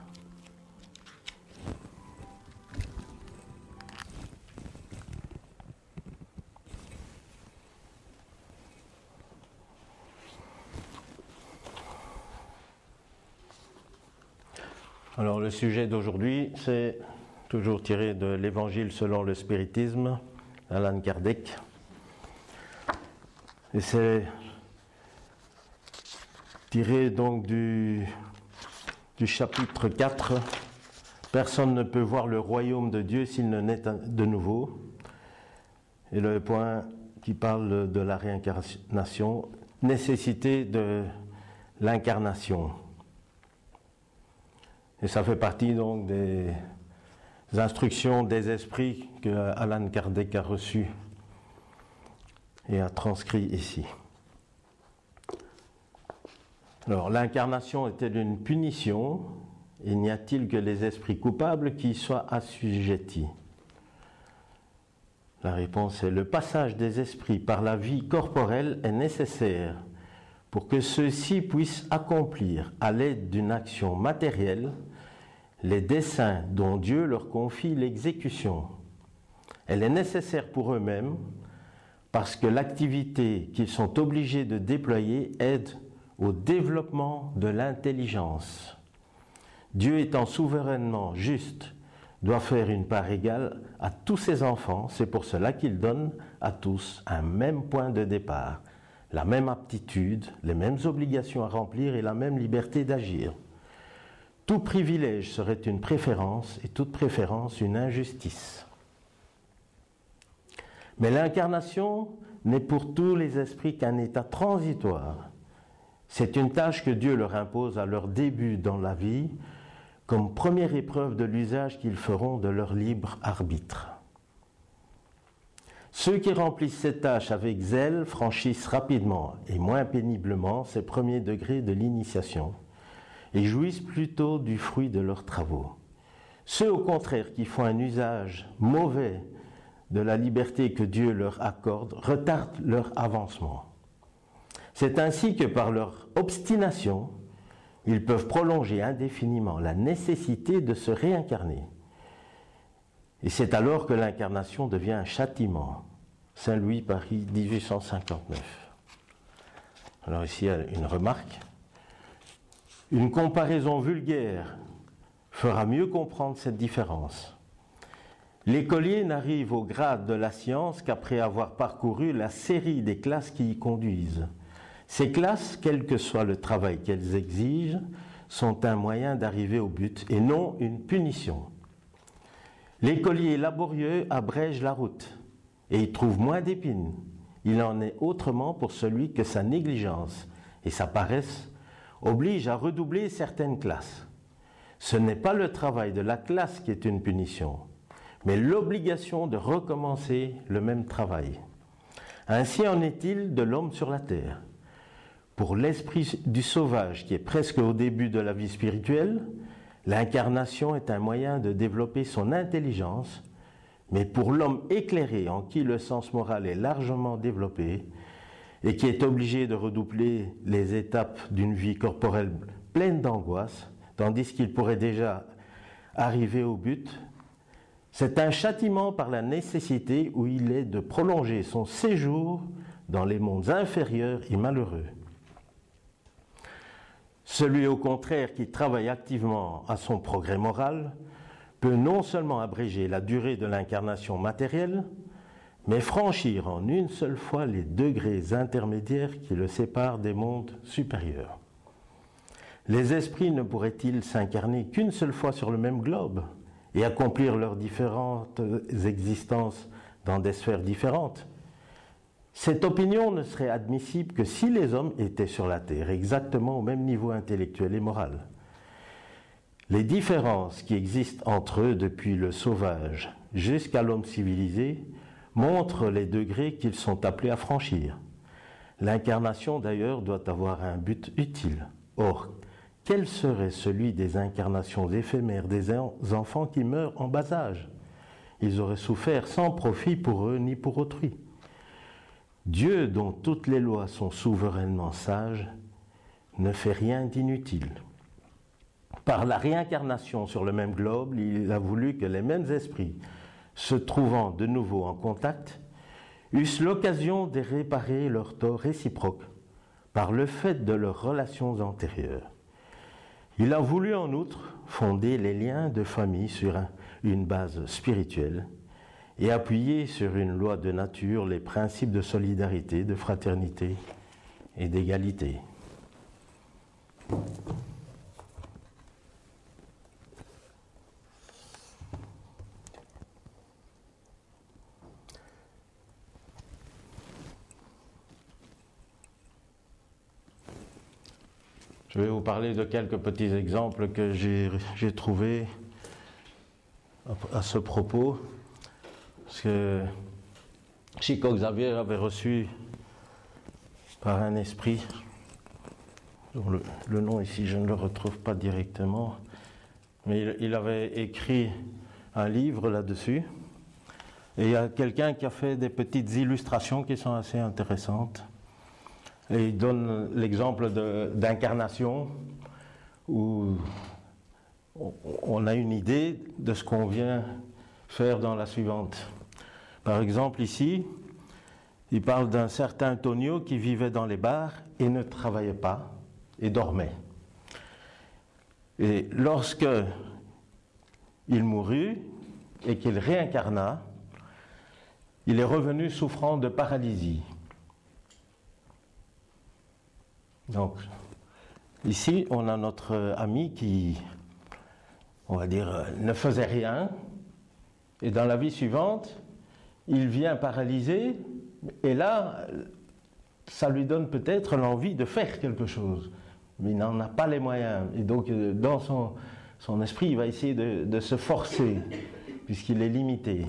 Alors le sujet d'aujourd'hui, c'est toujours tiré de l'Évangile selon le spiritisme, Allan Kardec. Et c'est tiré donc du, du chapitre quatre, « Personne ne peut voir le royaume de Dieu s'il ne naît de nouveau ». Et le point qui parle de la réincarnation, nécessité de l'incarnation. Et ça fait partie donc des instructions des esprits que Allan Kardec a reçues et a transcrit ici. Alors, l'incarnation est-elle une punition? Et n'y a-t-il que les esprits coupables qui y soient assujettis? La réponse est: le passage des esprits par la vie corporelle est nécessaire pour que ceux-ci puissent accomplir, à l'aide d'une action matérielle, les desseins dont Dieu leur confie l'exécution. Elle est nécessaire pour eux-mêmes parce que l'activité qu'ils sont obligés de déployer aide au développement de l'intelligence. Dieu étant souverainement juste, doit faire une part égale à tous ses enfants. C'est pour cela qu'il donne à tous un même point de départ, la même aptitude, les mêmes obligations à remplir et la même liberté d'agir. Tout privilège serait une préférence et toute préférence une injustice. Mais l'incarnation n'est pour tous les esprits qu'un état transitoire. C'est une tâche que Dieu leur impose à leur début dans la vie, comme première épreuve de l'usage qu'ils feront de leur libre arbitre. Ceux qui remplissent cette tâche avec zèle franchissent rapidement et moins péniblement ces premiers degrés de l'initiation et jouissent plutôt du fruit de leurs travaux. Ceux au contraire qui font un usage mauvais de la liberté que Dieu leur accorde retardent leur avancement. C'est ainsi que par leur obstination, ils peuvent prolonger indéfiniment la nécessité de se réincarner. Et c'est alors que l'incarnation devient un châtiment. Saint-Louis, Paris, dix-huit cent cinquante-neuf. Alors ici, il y a une remarque. Une comparaison vulgaire fera mieux comprendre cette différence. L'écolier n'arrive au grade de la science qu'après avoir parcouru la série des classes qui y conduisent. Ces classes, quel que soit le travail qu'elles exigent, sont un moyen d'arriver au but et non une punition. L'écolier laborieux abrège la route et y trouve moins d'épines. Il en est autrement pour celui que sa négligence et sa paresse obligent à redoubler certaines classes. Ce n'est pas le travail de la classe qui est une punition, mais l'obligation de recommencer le même travail. Ainsi en est-il de l'homme sur la terre. Pour l'esprit du sauvage qui est presque au début de la vie spirituelle, l'incarnation est un moyen de développer son intelligence, mais pour l'homme éclairé en qui le sens moral est largement développé et qui est obligé de redoubler les étapes d'une vie corporelle pleine d'angoisse, tandis qu'il pourrait déjà arriver au but, c'est un châtiment par la nécessité où il est de prolonger son séjour dans les mondes inférieurs et malheureux. Celui au contraire qui travaille activement à son progrès moral peut non seulement abréger la durée de l'incarnation matérielle, mais franchir en une seule fois les degrés intermédiaires qui le séparent des mondes supérieurs. Les esprits ne pourraient-ils s'incarner qu'une seule fois sur le même globe et accomplir leurs différentes existences dans des sphères différentes? Cette opinion ne serait admissible que si les hommes étaient sur la Terre, exactement au même niveau intellectuel et moral. Les différences qui existent entre eux depuis le sauvage jusqu'à l'homme civilisé montrent les degrés qu'ils sont appelés à franchir. L'incarnation d'ailleurs doit avoir un but utile. Or, quel serait celui des incarnations éphémères des enfants qui meurent en bas âge? Ils auraient souffert sans profit pour eux ni pour autrui. Dieu, dont toutes les lois sont souverainement sages, ne fait rien d'inutile. Par la réincarnation sur le même globe, il a voulu que les mêmes esprits, se trouvant de nouveau en contact, eussent l'occasion de réparer leurs torts réciproques par le fait de leurs relations antérieures. Il a voulu en outre fonder les liens de famille sur un, une base spirituelle et appuyer sur une loi de nature les principes de solidarité, de fraternité et d'égalité. Je vais vous parler de quelques petits exemples que j'ai, j'ai trouvés à ce propos. Parce que Chico Xavier avait reçu par un esprit, dont le, le nom ici je ne le retrouve pas directement, mais il, il avait écrit un livre là-dessus. Et il y a quelqu'un qui a fait des petites illustrations qui sont assez intéressantes. Et il donne l'exemple de, d'incarnation où on a une idée de ce qu'on vient faire dans la suivante. Par exemple, ici, il parle d'un certain Tonio qui vivait dans les bars et ne travaillait pas et dormait. Et lorsque il mourut et qu'il réincarna, il est revenu souffrant de paralysie. Donc, ici, on a notre ami qui, on va dire, ne faisait rien, et dans la vie suivante, il vient paralysé, et là, ça lui donne peut-être l'envie de faire quelque chose, mais il n'en a pas les moyens. Et donc, dans son, son esprit, il va essayer de, de se forcer, puisqu'il est limité.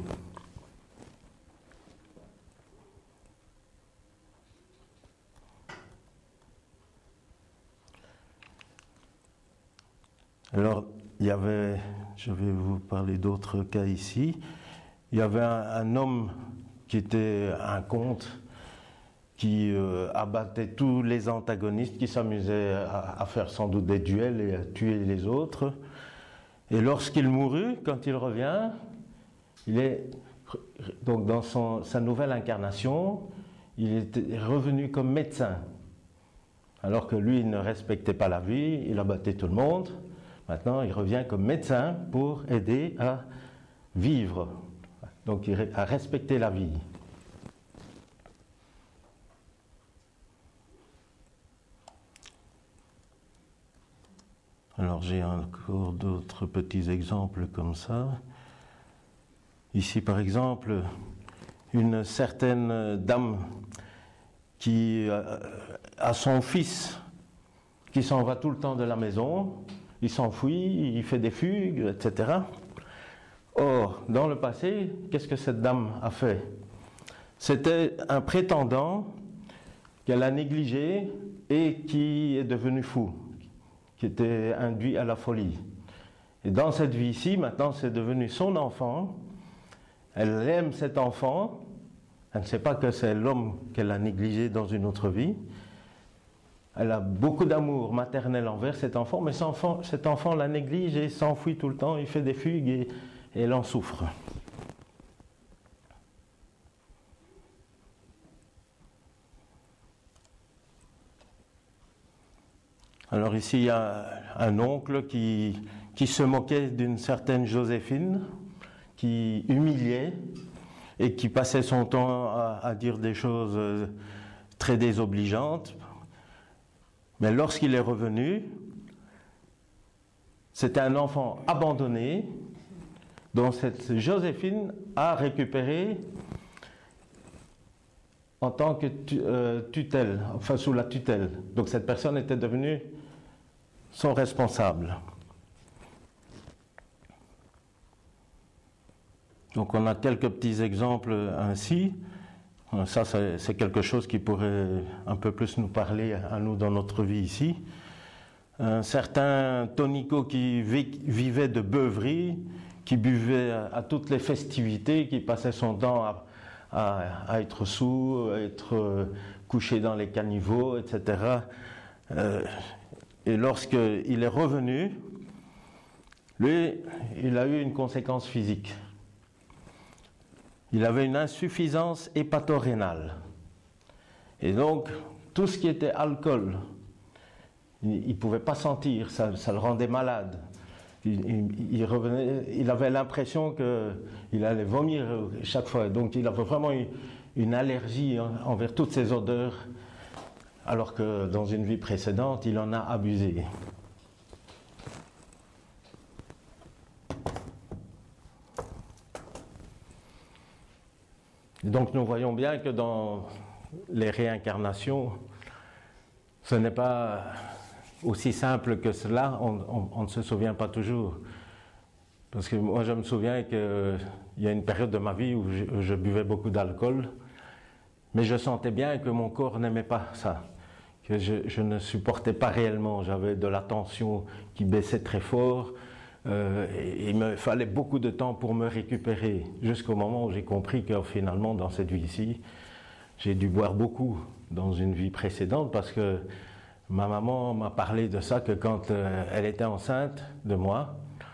Alors, il y avait, je vais vous parler d'autres cas ici, il y avait un, un homme qui était un comte, qui euh, abattait tous les antagonistes, qui s'amusait à, à faire sans doute des duels et à tuer les autres. Et lorsqu'il mourut, quand il revient, il est donc dans son, sa nouvelle incarnation, il est revenu comme médecin. Alors que lui, il ne respectait pas la vie, il abattait tout le monde. Maintenant, il revient comme médecin pour aider à vivre, donc à respecter la vie. Alors j'ai encore d'autres petits exemples comme ça. Ici par exemple, une certaine dame qui a son fils qui s'en va tout le temps de la maison, il s'enfuit, il fait des fugues, et cetera. Or, dans le passé, qu'est-ce que cette dame a fait? C'était un prétendant qu'elle a négligé et qui est devenu fou, qui était induit à la folie. Et dans cette vie-ci, maintenant, c'est devenu son enfant. Elle aime cet enfant. Elle ne sait pas que c'est l'homme qu'elle a négligé dans une autre vie. Elle a beaucoup d'amour maternel envers cet enfant, mais cet enfant, cet enfant la néglige et s'enfuit tout le temps, il fait des fugues et, et elle en souffre. Alors ici, il y a un oncle qui, qui se moquait d'une certaine Joséphine, qui humiliait et qui passait son temps à, à dire des choses très désobligeantes. Mais lorsqu'il est revenu, c'était un enfant abandonné dont cette Joséphine a récupéré en tant que tutelle, enfin sous la tutelle. Donc cette personne était devenue son responsable. Donc on a quelques petits exemples ainsi. Ça, c'est quelque chose qui pourrait un peu plus nous parler à nous dans notre vie ici. Un certain Tonico qui vivait de beuverie, qui buvait à toutes les festivités, qui passait son temps à, à, à être sous, à être couché dans les caniveaux, et cetera. Euh, et lorsqu'il est revenu, lui, il a eu une conséquence physique. Il avait une insuffisance hépatorénale. Et donc, tout ce qui était alcool, il ne pouvait pas sentir, ça, ça le rendait malade. Il, il, il, revenait, il avait l'impression qu'il allait vomir chaque fois. Donc, il avait vraiment une, une allergie envers toutes ces odeurs, alors que dans une vie précédente, il en a abusé. Donc nous voyons bien que dans les réincarnations, ce n'est pas aussi simple que cela, on, on, on ne se souvient pas toujours. Parce que moi je me souviens qu'il y a une période de ma vie où je, je buvais beaucoup d'alcool, mais je sentais bien que mon corps n'aimait pas ça, que je, je ne supportais pas réellement, j'avais de la tension qui baissait très fort. Euh, et il me fallait beaucoup de temps pour me récupérer, jusqu'au moment où j'ai compris que finalement dans cette vie-ci, j'ai dû boire beaucoup dans une vie précédente, parce que ma maman m'a parlé de ça, que quand euh, elle était enceinte de moi,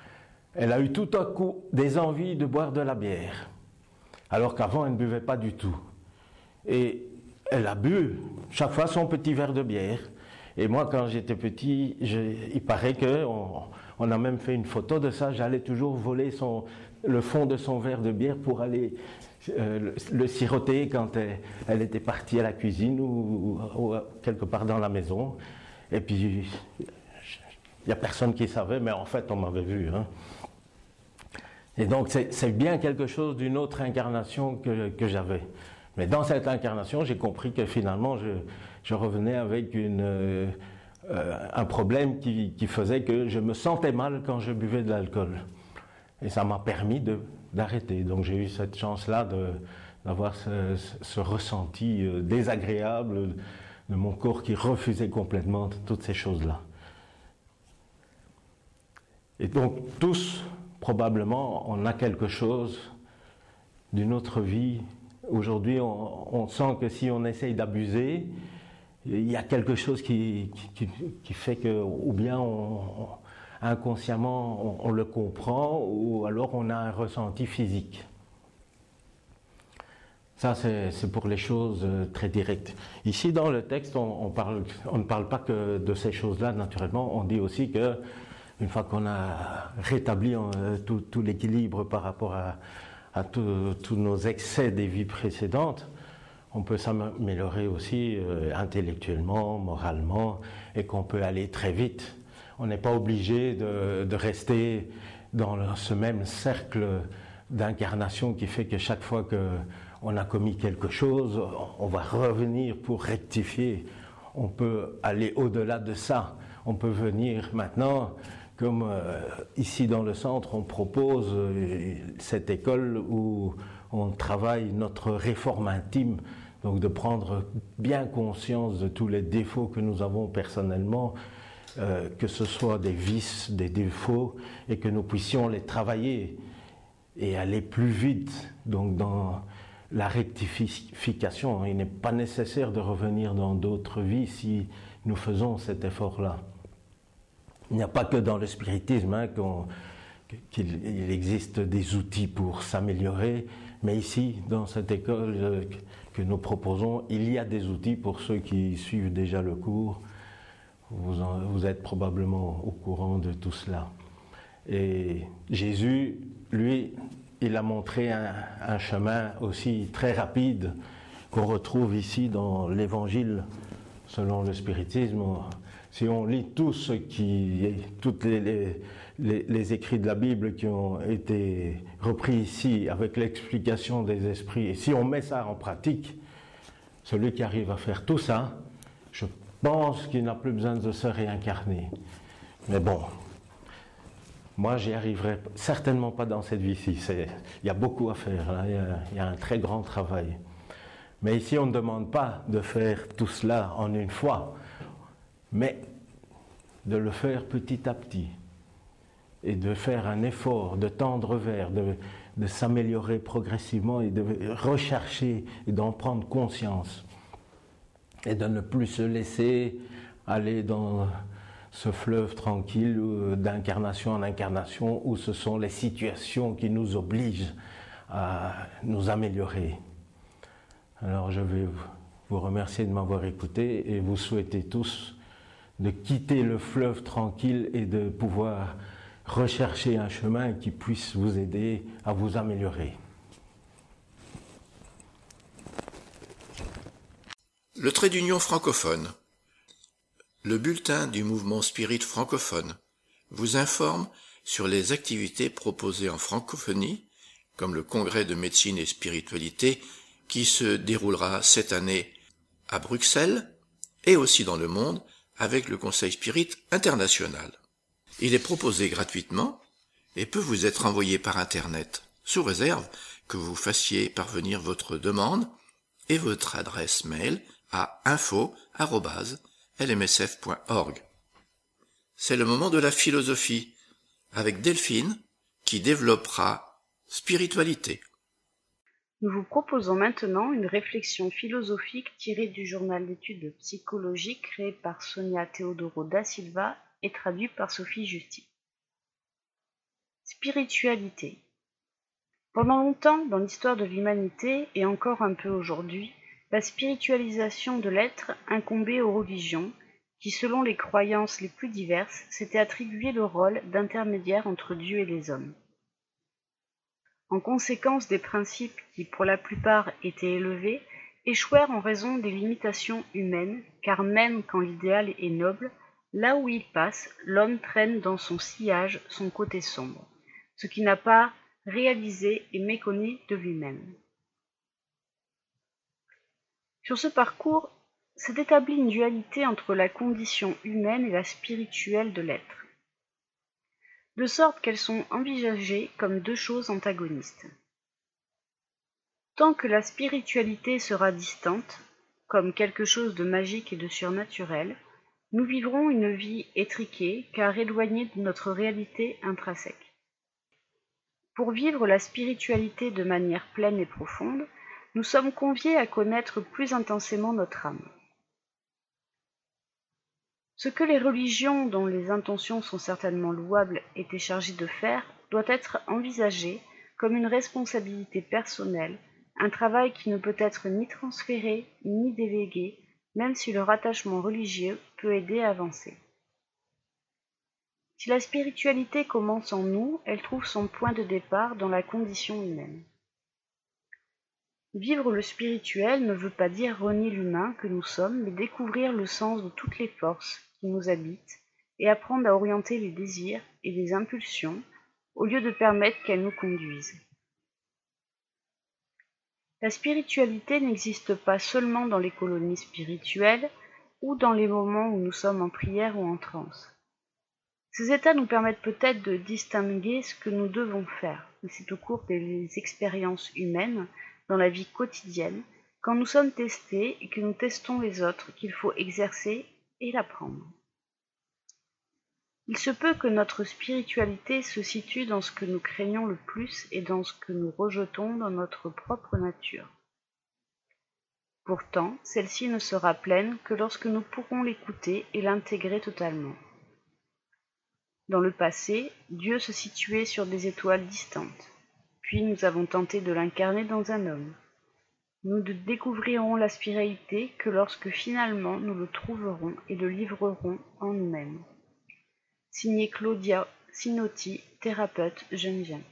elle a eu tout à coup des envies de boire de la bière, alors qu'avant elle ne buvait pas du tout. Et elle a bu chaque fois son petit verre de bière. Et moi, quand j'étais petit, je, il paraît qu'on on a même fait une photo de ça. J'allais toujours voler son, le fond de son verre de bière pour aller euh, le, le siroter quand elle, elle était partie à la cuisine ou, ou, ou quelque part dans la maison. Et puis, il n'y a personne qui savait, mais en fait, on m'avait vu. Hein. Et donc, c'est, c'est bien quelque chose d'une autre incarnation que, que j'avais. Mais dans cette incarnation, j'ai compris que finalement, je, je revenais avec une, euh, un problème qui, qui faisait que je me sentais mal quand je buvais de l'alcool. Et ça m'a permis de, d'arrêter. Donc j'ai eu cette chance-là de, d'avoir ce, ce ressenti désagréable de mon corps qui refusait complètement toutes ces choses-là. Et donc tous, probablement, on a quelque chose d'une autre vie. Aujourd'hui, on, on sent que si on essaye d'abuser, il y a quelque chose qui, qui, qui fait que, ou bien on, on, inconsciemment on, on le comprend, ou alors on a un ressenti physique. Ça, c'est, c'est pour les choses très directes. Ici, dans le texte, on, on, parle, on ne parle pas que de ces choses-là, naturellement. On dit aussi que, une fois qu'on a rétabli euh, tout, tout l'équilibre par rapport à à tous nos excès des vies précédentes, on peut s'améliorer aussi euh, intellectuellement, moralement, et qu'on peut aller très vite. On n'est pas obligé de, de rester dans ce même cercle d'incarnation qui fait que chaque fois qu'on a commis quelque chose, on va revenir pour rectifier. On peut aller au-delà de ça. On peut venir maintenant... Comme euh, ici dans le centre, on propose euh, cette école où on travaille notre réforme intime, donc de prendre bien conscience de tous les défauts que nous avons personnellement, euh, que ce soit des vices, des défauts, et que nous puissions les travailler et aller plus vite. Donc dans la rectification, il n'est pas nécessaire de revenir dans d'autres vies si nous faisons cet effort-là. Il n'y a pas que dans le spiritisme hein, qu'on, qu'il il existe des outils pour s'améliorer, mais ici, dans cette école euh, que nous proposons, il y a des outils pour ceux qui suivent déjà le cours. Vous, en, vous êtes probablement au courant de tout cela. Et Jésus, lui, il a montré un, un chemin aussi très rapide qu'on retrouve ici dans l'Évangile selon le spiritisme. Si on lit tout ce qui, toutes les, les, les, les écrits de la Bible qui ont été repris ici avec l'explication des esprits, et si on met ça en pratique, celui qui arrive à faire tout ça, je pense qu'il n'a plus besoin de se réincarner. Mais bon, moi j'y arriverai certainement pas dans cette vie-ci. C'est, il y a beaucoup à faire, hein, il y a, il y a un très grand travail. Mais ici on ne demande pas de faire tout cela en une fois, mais de le faire petit à petit et de faire un effort, de tendre vers, de, de s'améliorer progressivement et de rechercher et d'en prendre conscience et de ne plus se laisser aller dans ce fleuve tranquille d'incarnation en incarnation où ce sont les situations qui nous obligent à nous améliorer. Alors je vais vous remercier de m'avoir écouté et vous souhaiter tous de quitter le fleuve tranquille et de pouvoir rechercher un chemin qui puisse vous aider à vous améliorer. Le trait d'union francophone. Le bulletin du mouvement Spirit francophone vous informe sur les activités proposées en francophonie, comme le congrès de médecine et spiritualité qui se déroulera cette année à Bruxelles et aussi dans le monde avec le Conseil Spirit international. Il est proposé gratuitement et peut vous être envoyé par Internet, sous réserve que vous fassiez parvenir votre demande et votre adresse mail à info arobase l m s f point org. C'est le moment de la philosophie, avec Delphine, qui développera spiritualité. Nous vous proposons maintenant une réflexion philosophique tirée du journal d'études de psychologie créé par Sonia Teodoro da Silva et traduit par Sophie Justi. Spiritualité. Pendant longtemps, dans l'histoire de l'humanité, et encore un peu aujourd'hui, la spiritualisation de l'être incombait aux religions, qui, selon les croyances les plus diverses, s'étaient attribué le rôle d'intermédiaire entre Dieu et les hommes. En conséquence des principes qui, pour la plupart, étaient élevés, échouèrent en raison des limitations humaines, car même quand l'idéal est noble, là où il passe, l'homme traîne dans son sillage son côté sombre, ce qui n'a pas réalisé et méconnu de lui-même. Sur ce parcours, s'est établie une dualité entre la condition humaine et la spirituelle de l'être, de sorte qu'elles sont envisagées comme deux choses antagonistes. Tant que la spiritualité sera distante, comme quelque chose de magique et de surnaturel, nous vivrons une vie étriquée car éloignée de notre réalité intrinsèque. Pour vivre la spiritualité de manière pleine et profonde, nous sommes conviés à connaître plus intensément notre âme. Ce que les religions, dont les intentions sont certainement louables, étaient chargées de faire, doit être envisagé comme une responsabilité personnelle, un travail qui ne peut être ni transféré ni délégué, même si le rattachement religieux peut aider à avancer. Si la spiritualité commence en nous, elle trouve son point de départ dans la condition humaine. Vivre le spirituel ne veut pas dire renier l'humain que nous sommes, mais découvrir le sens de toutes les forces qui nous habitent et apprendre à orienter les désirs et les impulsions au lieu de permettre qu'elles nous conduisent. La spiritualité n'existe pas seulement dans les colonies spirituelles ou dans les moments où nous sommes en prière ou en transe. Ces états nous permettent peut-être de distinguer ce que nous devons faire, mais c'est au cours des expériences humaines, dans la vie quotidienne, quand nous sommes testés et que nous testons les autres, qu'il faut exercer et l'apprendre. Il se peut que notre spiritualité se situe dans ce que nous craignons le plus et dans ce que nous rejetons dans notre propre nature. Pourtant, celle-ci ne sera pleine que lorsque nous pourrons l'écouter et l'intégrer totalement. Dans le passé, Dieu se situait sur des étoiles distantes, puis nous avons tenté de l'incarner dans un homme. Nous ne découvrirons la spiritualité que lorsque finalement nous le trouverons et le livrerons en nous-mêmes. Signé Claudia Sinotti, thérapeute Geneviève.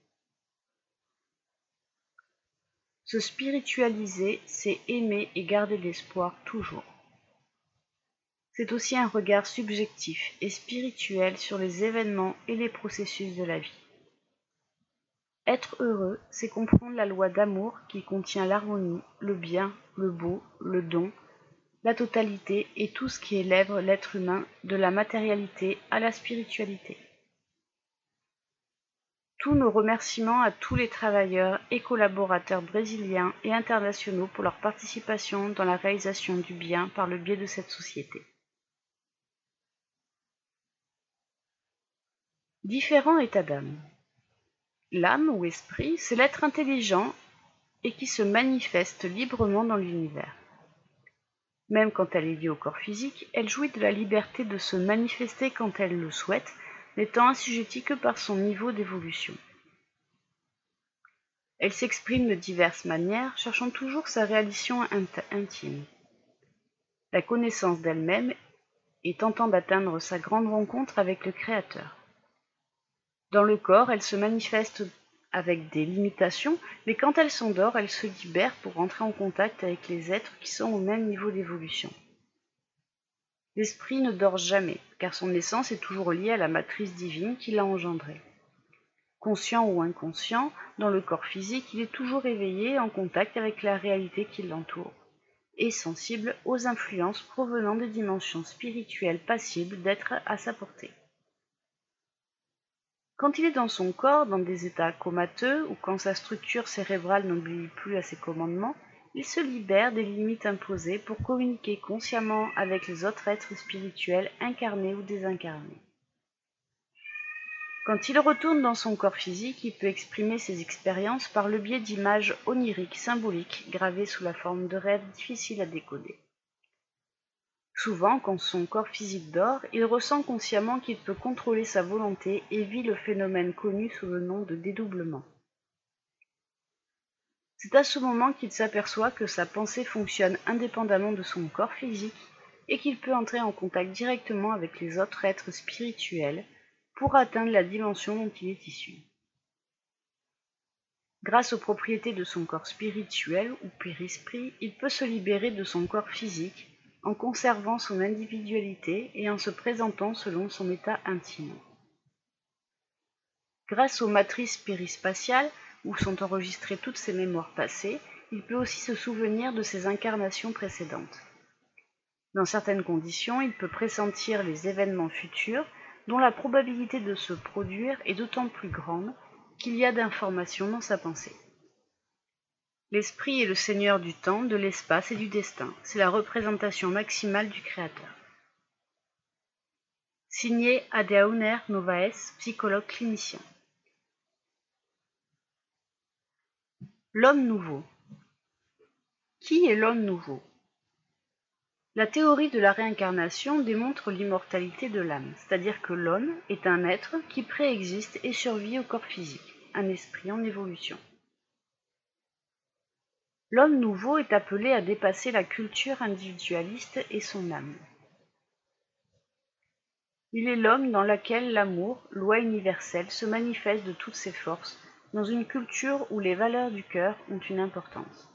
Se spiritualiser, c'est aimer et garder l'espoir toujours. C'est aussi un regard subjectif et spirituel sur les événements et les processus de la vie. Être heureux, c'est comprendre la loi d'amour qui contient l'harmonie, le bien, le beau, le don, la totalité et tout ce qui élève l'être humain de la matérialité à la spiritualité. Tous nos remerciements à tous les travailleurs et collaborateurs brésiliens et internationaux pour leur participation dans la réalisation du bien par le biais de cette société. Différents états d'âme. L'âme ou esprit, c'est l'être intelligent et qui se manifeste librement dans l'univers. Même quand elle est liée au corps physique, elle jouit de la liberté de se manifester quand elle le souhaite, n'étant assujettie que par son niveau d'évolution. Elle s'exprime de diverses manières, cherchant toujours sa réalisation intime, la connaissance d'elle-même et tentant d'atteindre sa grande rencontre avec le Créateur. Dans le corps, elle se manifeste avec des limitations, mais quand elle s'endort, elle se libère pour rentrer en contact avec les êtres qui sont au même niveau d'évolution. L'esprit ne dort jamais, car son essence est toujours liée à la matrice divine qui l'a engendré. Conscient ou inconscient, dans le corps physique, il est toujours éveillé en contact avec la réalité qui l'entoure, et sensible aux influences provenant des dimensions spirituelles passibles d'être à sa portée. Quand il est dans son corps, dans des états comateux, ou quand sa structure cérébrale n'obéit plus à ses commandements, il se libère des limites imposées pour communiquer consciemment avec les autres êtres spirituels incarnés ou désincarnés. Quand il retourne dans son corps physique, il peut exprimer ses expériences par le biais d'images oniriques, symboliques, gravées sous la forme de rêves difficiles à décoder. Souvent, quand son corps physique dort, il ressent consciemment qu'il peut contrôler sa volonté et vit le phénomène connu sous le nom de dédoublement. C'est à ce moment qu'il s'aperçoit que sa pensée fonctionne indépendamment de son corps physique et qu'il peut entrer en contact directement avec les autres êtres spirituels pour atteindre la dimension dont il est issu. Grâce aux propriétés de son corps spirituel ou périsprit, il peut se libérer de son corps physique en conservant son individualité et en se présentant selon son état intime. Grâce aux matrices périspatiales, où sont enregistrées toutes ses mémoires passées, il peut aussi se souvenir de ses incarnations précédentes. Dans certaines conditions, il peut pressentir les événements futurs dont la probabilité de se produire est d'autant plus grande qu'il y a d'informations dans sa pensée. L'esprit est le seigneur du temps, de l'espace et du destin. C'est la représentation maximale du Créateur. Signé Adéauner Novaes, psychologue clinicien. L'homme nouveau. Qui est l'homme nouveau? La théorie de la réincarnation démontre l'immortalité de l'âme, c'est-à-dire que l'homme est un être qui préexiste et survit au corps physique, un esprit en évolution. L'homme nouveau est appelé à dépasser la culture individualiste et son âme. Il est l'homme dans lequel l'amour, loi universelle, se manifeste de toutes ses forces, dans une culture où les valeurs du cœur ont une importance.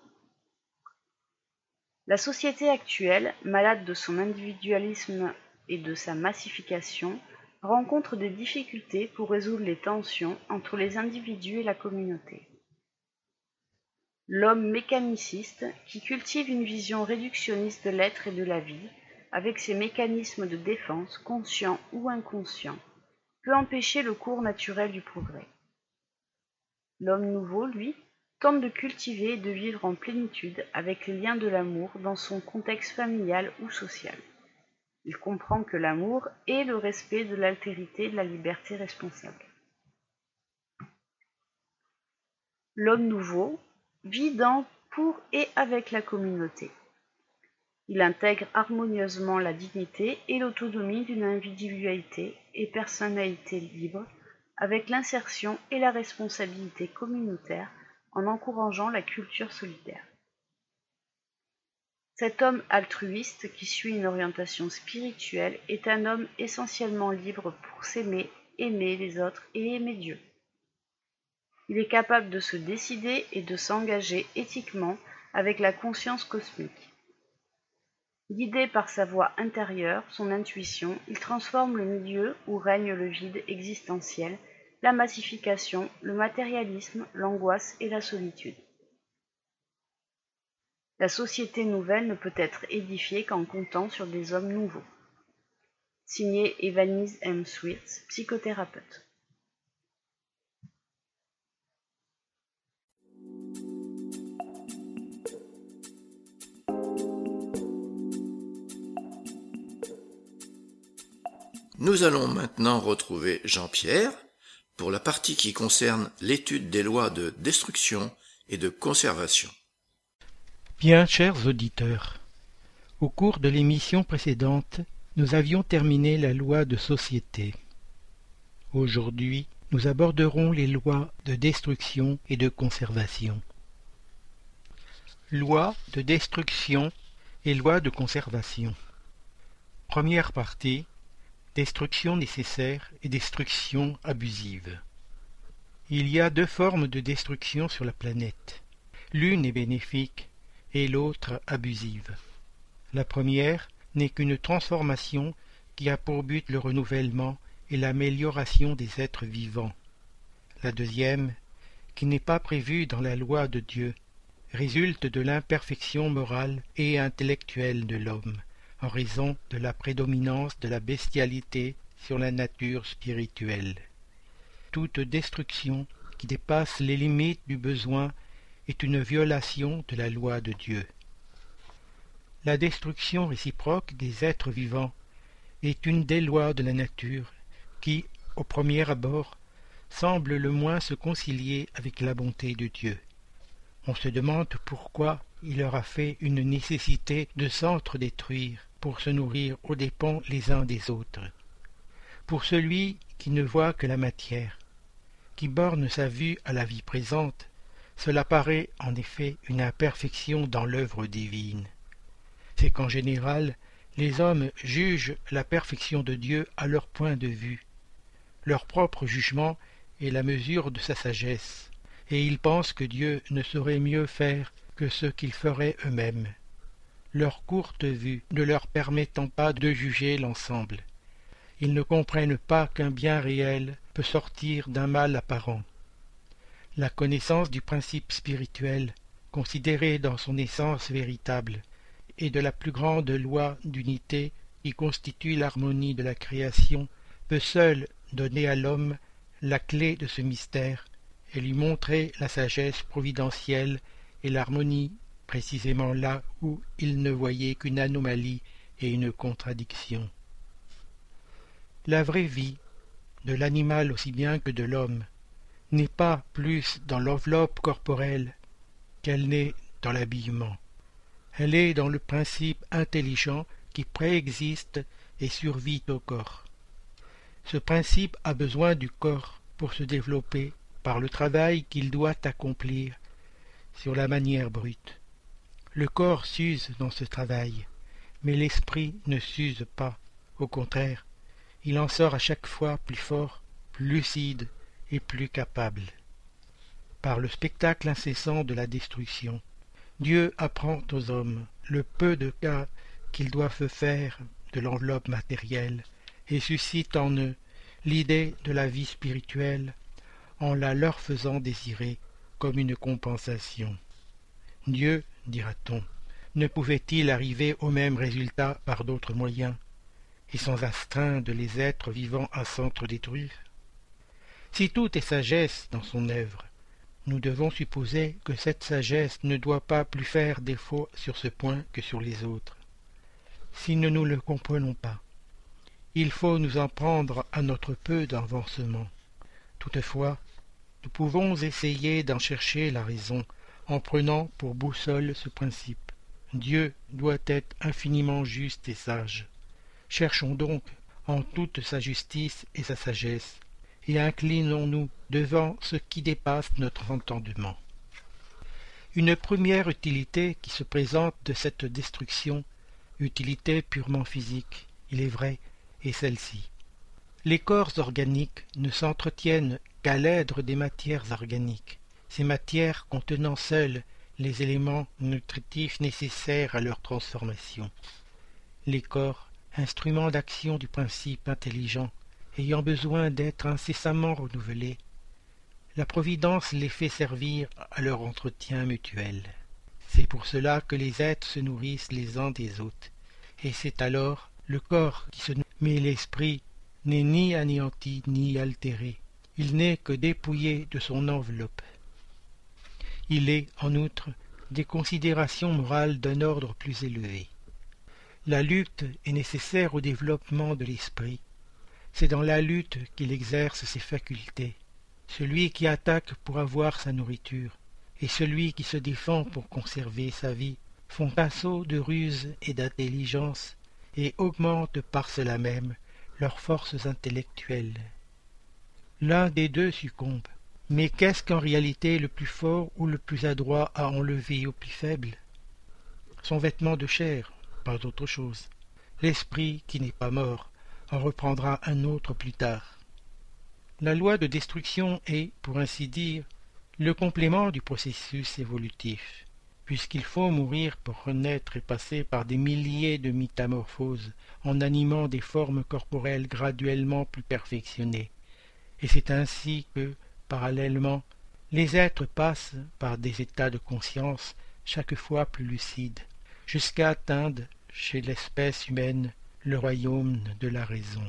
La société actuelle, malade de son individualisme et de sa massification, rencontre des difficultés pour résoudre les tensions entre les individus et la communauté. L'homme mécaniciste, qui cultive une vision réductionniste de l'être et de la vie, avec ses mécanismes de défense, conscients ou inconscients, peut empêcher le cours naturel du progrès. L'homme nouveau, lui, tente de cultiver et de vivre en plénitude avec les liens de l'amour dans son contexte familial ou social. Il comprend que l'amour est le respect de l'altérité et de la liberté responsable. L'homme nouveau vit dans, pour et avec la communauté. Il intègre harmonieusement la dignité et l'autonomie d'une individualité et personnalité libre, avec l'insertion et la responsabilité communautaire en encourageant la culture solidaire. Cet homme altruiste qui suit une orientation spirituelle est un homme essentiellement libre pour s'aimer, aimer les autres et aimer Dieu. Il est capable de se décider et de s'engager éthiquement avec la conscience cosmique. Guidé par sa voix intérieure, son intuition, il transforme le milieu où règne le vide existentiel, la massification, le matérialisme, l'angoisse et la solitude. La société nouvelle ne peut être édifiée qu'en comptant sur des hommes nouveaux. Signé Evanise M. Sweets, psychothérapeute. Nous allons maintenant retrouver Jean-Pierre pour la partie qui concerne l'étude des lois de destruction et de conservation. Bien, chers auditeurs, au cours de l'émission précédente, nous avions terminé la loi de société. Aujourd'hui, nous aborderons les lois de destruction et de conservation. Loi de destruction et loi de conservation. Première partie. Destruction nécessaire et destruction abusive. Il y a deux formes de destruction sur la planète. L'une est bénéfique et l'autre abusive. La première n'est qu'une transformation qui a pour but le renouvellement et l'amélioration des êtres vivants. La deuxième, qui n'est pas prévue dans la loi de Dieu, résulte de l'imperfection morale et intellectuelle de l'homme, en raison de la prédominance de la bestialité sur la nature spirituelle. Toute destruction qui dépasse les limites du besoin est une violation de la loi de Dieu. La destruction réciproque des êtres vivants est une des lois de la nature qui, au premier abord, semble le moins se concilier avec la bonté de Dieu. On se demande pourquoi il leur a fait une nécessité de s'entre-détruire pour se nourrir aux dépens les uns des autres. Pour celui qui ne voit que la matière, qui borne sa vue à la vie présente, cela paraît en effet une imperfection dans l'œuvre divine. C'est qu'en général, les hommes jugent la perfection de Dieu à leur point de vue. Leur propre jugement est la mesure de sa sagesse, et ils pensent que Dieu ne saurait mieux faire que ce qu'ils feraient eux-mêmes, leur courte vue ne leur permettant pas de juger l'ensemble. Ils ne comprennent pas qu'un bien réel peut sortir d'un mal apparent. La connaissance du principe spirituel, considéré dans son essence véritable, et de la plus grande loi d'unité qui constitue l'harmonie de la création, peut seule donner à l'homme la clé de ce mystère et lui montrer la sagesse providentielle et l'harmonie précisément là où il ne voyait qu'une anomalie et une contradiction. La vraie vie, de l'animal aussi bien que de l'homme, n'est pas plus dans l'enveloppe corporelle qu'elle n'est dans l'habillement. Elle est dans le principe intelligent qui préexiste et survit au corps. Ce principe a besoin du corps pour se développer par le travail qu'il doit accomplir sur la manière brute. Le corps s'use dans ce travail, mais l'esprit ne s'use pas. Au contraire, il en sort à chaque fois plus fort, plus lucide et plus capable. Par le spectacle incessant de la destruction, Dieu apprend aux hommes le peu de cas qu'ils doivent faire de l'enveloppe matérielle et suscite en eux l'idée de la vie spirituelle en la leur faisant désirer comme une compensation. Dieu, dira-t-on, ne pouvait-il arriver au même résultat par d'autres moyens, et sans astreindre les êtres vivants à s'entre-détruire? Si tout est sagesse dans son œuvre, nous devons supposer que cette sagesse ne doit pas plus faire défaut sur ce point que sur les autres. Si nous ne le comprenons pas, il faut nous en prendre à notre peu d'avancement. Toutefois, nous pouvons essayer d'en chercher la raison en prenant pour boussole ce principe. Dieu doit être infiniment juste et sage. Cherchons donc en toute sa justice et sa sagesse, et inclinons-nous devant ce qui dépasse notre entendement. Une première utilité qui se présente de cette destruction, utilité purement physique, il est vrai, est celle-ci. Les corps organiques ne s'entretiennent qu'à l'aide des matières organiques, ces matières contenant seules les éléments nutritifs nécessaires à leur transformation. Les corps, instruments d'action du principe intelligent, ayant besoin d'être incessamment renouvelés, la Providence les fait servir à leur entretien mutuel. C'est pour cela que les êtres se nourrissent les uns des autres, et c'est alors le corps qui se nourrit, mais l'esprit n'est ni anéanti ni altéré, il n'est que dépouillé de son enveloppe. Il est, en outre, des considérations morales d'un ordre plus élevé. La lutte est nécessaire au développement de l'esprit. C'est dans la lutte qu'il exerce ses facultés. Celui qui attaque pour avoir sa nourriture et celui qui se défend pour conserver sa vie font assaut de ruse et d'intelligence et augmentent par cela même leurs forces intellectuelles. L'un des deux succombe, mais qu'est-ce qu'en réalité le plus fort ou le plus adroit à enlever au plus faible? Son vêtement de chair, pas d'autre chose. L'esprit qui n'est pas mort en reprendra un autre plus tard. La loi de destruction est, pour ainsi dire, le complément du processus évolutif, puisqu'il faut mourir pour renaître et passer par des milliers de métamorphoses en animant des formes corporelles graduellement plus perfectionnées. Et c'est ainsi que, parallèlement, les êtres passent par des états de conscience chaque fois plus lucides, jusqu'à atteindre, chez l'espèce humaine, le royaume de la raison.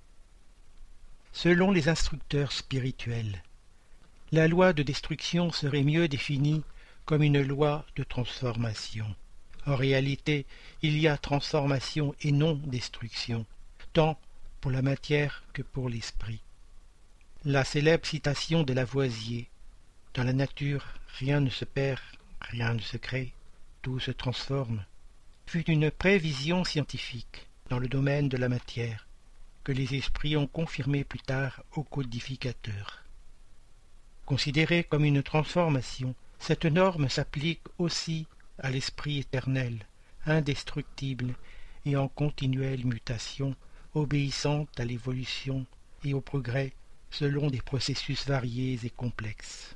Selon les instructeurs spirituels, la loi de destruction serait mieux définie comme une loi de transformation. En réalité, il y a transformation et non destruction, tant pour la matière que pour l'esprit. La célèbre citation de Lavoisier, « Dans la nature, rien ne se perd, rien ne se crée, tout se transforme », fut une prévision scientifique dans le domaine de la matière, que les esprits ont confirmé plus tard aux codificateurs. Considérée comme une transformation, cette norme s'applique aussi à l'esprit éternel, indestructible et en continuelle mutation, obéissant à l'évolution et au progrès selon des processus variés et complexes.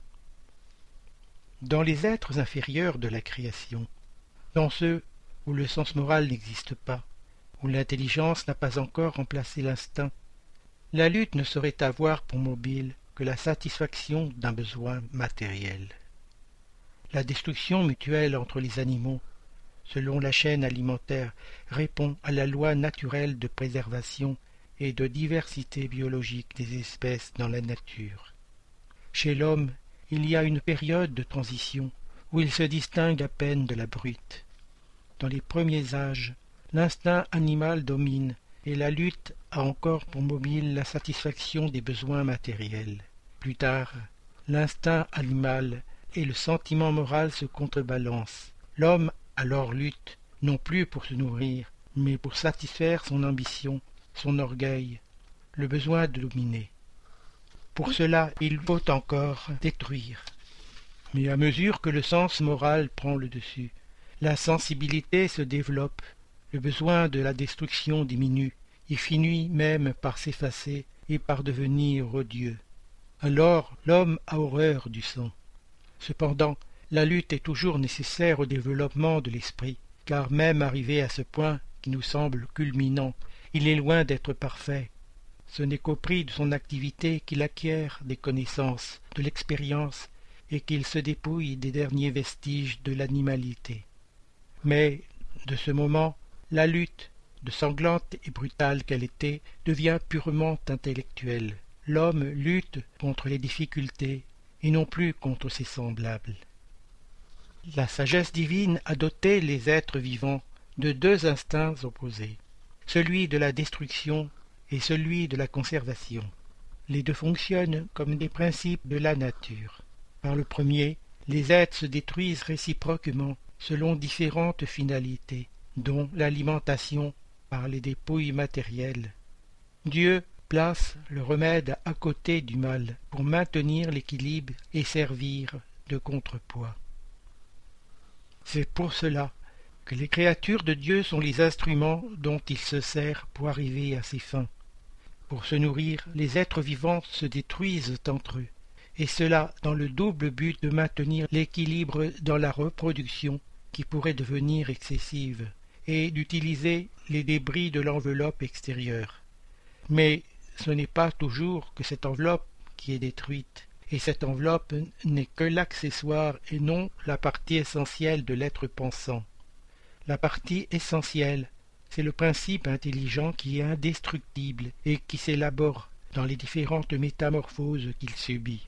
Dans les êtres inférieurs de la création, dans ceux où le sens moral n'existe pas, où l'intelligence n'a pas encore remplacé l'instinct, la lutte ne saurait avoir pour mobile que la satisfaction d'un besoin matériel. La destruction mutuelle entre les animaux, selon la chaîne alimentaire, répond à la loi naturelle de préservation et de diversité biologique des espèces dans la nature. Chez l'homme, il y a une période de transition où il se distingue à peine de la brute. Dans les premiers âges, l'instinct animal domine et la lutte a encore pour mobile la satisfaction des besoins matériels. Plus tard, l'instinct animal et le sentiment moral se contrebalancent. L'homme alors lutte, non plus pour se nourrir, mais pour satisfaire son ambition, son orgueil, le besoin de dominer. Pour cela, il faut encore détruire. Mais à mesure que le sens moral prend le dessus, la sensibilité se développe, le besoin de la destruction diminue, et finit même par s'effacer et par devenir odieux. Alors l'homme a horreur du sang. Cependant, la lutte est toujours nécessaire au développement de l'esprit, car même arrivé à ce point qui nous semble culminant, il est loin d'être parfait. Ce n'est qu'au prix de son activité qu'il acquiert des connaissances, de l'expérience, et qu'il se dépouille des derniers vestiges de l'animalité. Mais, de ce moment, la lutte, de sanglante et brutale qu'elle était, devient purement intellectuelle. L'homme lutte contre les difficultés, et non plus contre ses semblables. La sagesse divine a doté les êtres vivants de deux instincts opposés, celui de la destruction et celui de la conservation. Les deux fonctionnent comme des principes de la nature. Par le premier, les êtres se détruisent réciproquement selon différentes finalités, dont l'alimentation par les dépouilles matérielles. Dieu place le remède à côté du mal pour maintenir l'équilibre et servir de contrepoids. C'est pour cela que les créatures de Dieu sont les instruments dont il se sert pour arriver à ses fins. Pour se nourrir, les êtres vivants se détruisent entre eux, et cela dans le double but de maintenir l'équilibre dans la reproduction qui pourrait devenir excessive, et d'utiliser les débris de l'enveloppe extérieure. Mais ce n'est pas toujours que cette enveloppe qui est détruite, et cette enveloppe n'est que l'accessoire et non la partie essentielle de l'être pensant. La partie essentielle, c'est le principe intelligent qui est indestructible et qui s'élabore dans les différentes métamorphoses qu'il subit.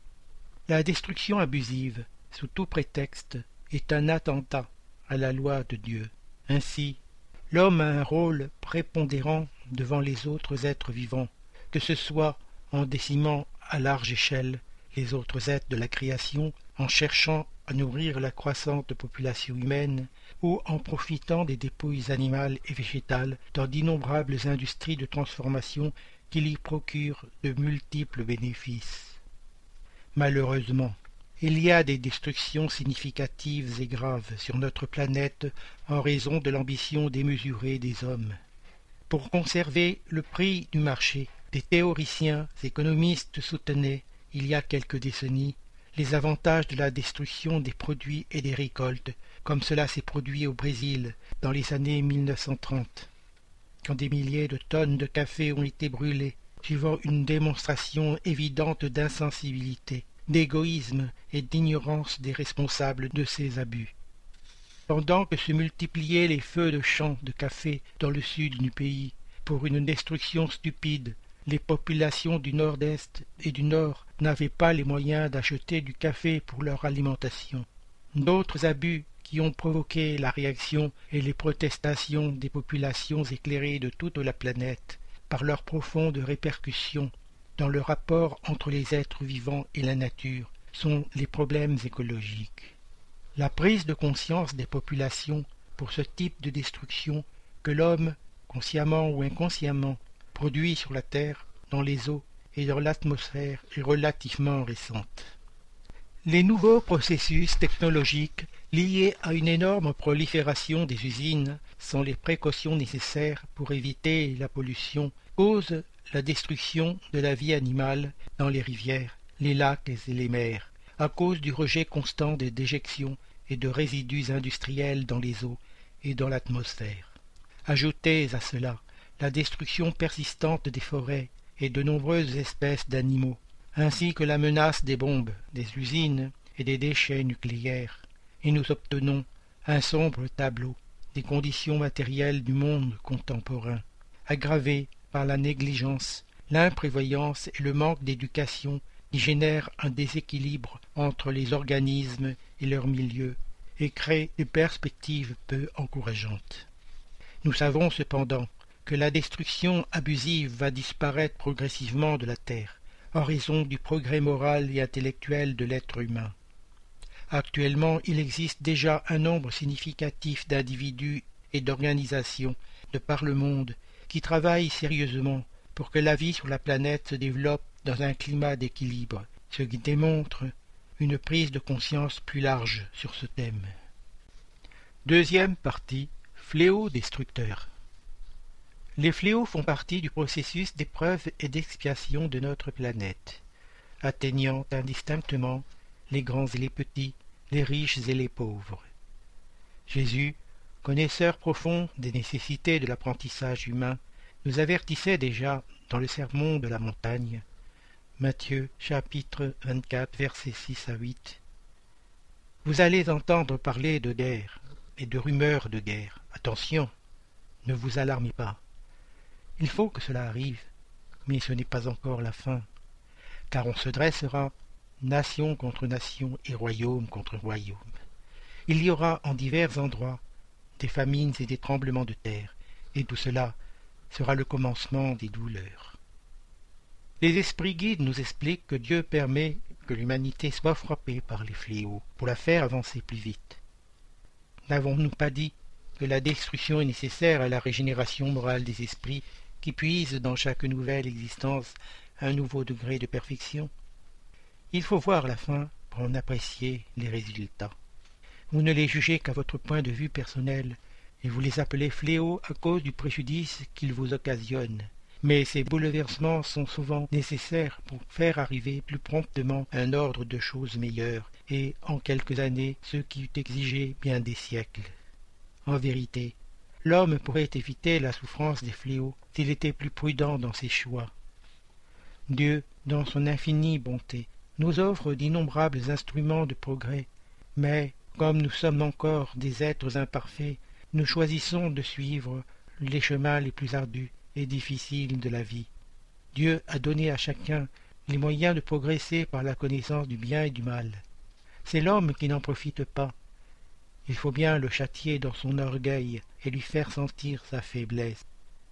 La destruction abusive, sous tout prétexte, est un attentat à la loi de Dieu. Ainsi, l'homme a un rôle prépondérant devant les autres êtres vivants, que ce soit en décimant à large échelle les autres êtres de la création, en cherchant à nourrir la croissante population humaine, ou en profitant des dépouilles animales et végétales dans d'innombrables industries de transformation qui lui procurent de multiples bénéfices. Malheureusement, il y a des destructions significatives et graves sur notre planète en raison de l'ambition démesurée des hommes. Pour conserver le prix du marché, des théoriciens économistes soutenaient, il y a quelques décennies, les avantages de la destruction des produits et des récoltes, comme cela s'est produit au Brésil dans les années mille neuf cent trente, quand des milliers de tonnes de café ont été brûlées, suivant une démonstration évidente d'insensibilité, d'égoïsme et d'ignorance des responsables de ces abus. Pendant que se multipliaient les feux de champs de café dans le sud du pays, pour une destruction stupide, les populations du nord-est et du nord n'avaient pas les moyens d'acheter du café pour leur alimentation. D'autres abus qui ont provoqué la réaction et les protestations des populations éclairées de toute la planète par leurs profondes répercussions dans le rapport entre les êtres vivants et la nature sont les problèmes écologiques. La prise de conscience des populations pour ce type de destruction que l'homme, consciemment ou inconsciemment, produit sur la Terre, dans les eaux et dans l'atmosphère est relativement récente. Les nouveaux processus technologiques liés à une énorme prolifération des usines sans les précautions nécessaires pour éviter la pollution causent la destruction de la vie animale dans les rivières, les lacs et les mers, à cause du rejet constant des déjections et de résidus industriels dans les eaux et dans l'atmosphère. Ajoutez à cela la destruction persistante des forêts et de nombreuses espèces d'animaux, ainsi que la menace des bombes, des usines et des déchets nucléaires, et nous obtenons un sombre tableau des conditions matérielles du monde contemporain, aggravé par la négligence, l'imprévoyance et le manque d'éducation qui génèrent un déséquilibre entre les organismes et leur milieu, et créent des perspectives peu encourageantes. Nous savons cependant que la destruction abusive va disparaître progressivement de la Terre, en raison du progrès moral et intellectuel de l'être humain. Actuellement, il existe déjà un nombre significatif d'individus et d'organisations de par le monde qui travaillent sérieusement pour que la vie sur la planète se développe dans un climat d'équilibre, ce qui démontre une prise de conscience plus large sur ce thème. Deuxième partie, fléaux destructeurs. Les fléaux font partie du processus d'épreuve et d'expiation de notre planète, atteignant indistinctement les grands et les petits, les riches et les pauvres. Jésus, connaisseur profond des nécessités de l'apprentissage humain, nous avertissait déjà dans le sermon de la montagne, Matthieu chapitre vingt-quatre versets six à huit. Vous allez entendre parler de guerre et de rumeurs de guerre. Attention, ne vous alarmez pas. Il faut que cela arrive, mais ce n'est pas encore la fin, car on se dressera nation contre nation et royaume contre royaume. Il y aura en divers endroits des famines et des tremblements de terre, et tout cela sera le commencement des douleurs. Les esprits guides nous expliquent que Dieu permet que l'humanité soit frappée par les fléaux pour la faire avancer plus vite. N'avons-nous pas dit que la destruction est nécessaire à la régénération morale des esprits qui puisent dans chaque nouvelle existence un nouveau degré de perfection? Il faut voir la fin pour en apprécier les résultats. Vous ne les jugez qu'à votre point de vue personnel, et vous les appelez fléaux à cause du préjudice qu'ils vous occasionnent. Mais ces bouleversements sont souvent nécessaires pour faire arriver plus promptement un ordre de choses meilleures, et en quelques années ce qui eût exigé bien des siècles. En vérité, l'homme pourrait éviter la souffrance des fléaux s'il était plus prudent dans ses choix. Dieu, dans son infinie bonté, nous offre d'innombrables instruments de progrès, mais, comme nous sommes encore des êtres imparfaits, nous choisissons de suivre les chemins les plus ardus et difficiles de la vie. Dieu a donné à chacun les moyens de progresser par la connaissance du bien et du mal. C'est l'homme qui n'en profite pas. Il faut bien le châtier dans son orgueil et lui faire sentir sa faiblesse.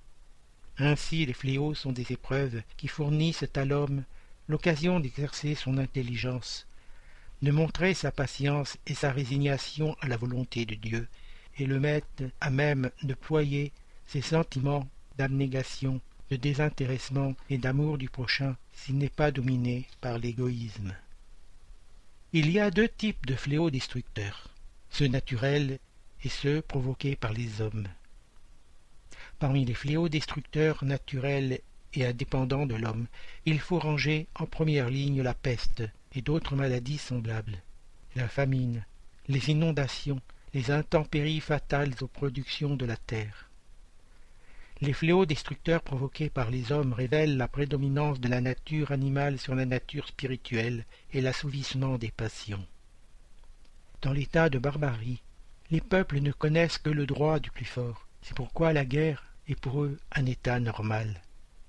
Ainsi les fléaux sont des épreuves qui fournissent à l'homme l'occasion d'exercer son intelligence, de montrer sa patience et sa résignation à la volonté de Dieu, et le mettent à même de ployer ses sentiments d'abnégation, de désintéressement et d'amour du prochain s'il n'est pas dominé par l'égoïsme. Il y a deux types de fléaux destructeurs, ceux naturels et ceux provoqués par les hommes. Parmi les fléaux destructeurs naturels et indépendants de l'homme, il faut ranger en première ligne la peste et d'autres maladies semblables, la famine, les inondations, les intempéries fatales aux productions de la terre. Les fléaux destructeurs provoqués par les hommes révèlent la prédominance de la nature animale sur la nature spirituelle et l'assouvissement des passions. Dans l'état de barbarie, les peuples ne connaissent que le droit du plus fort. C'est pourquoi la guerre est pour eux un état normal.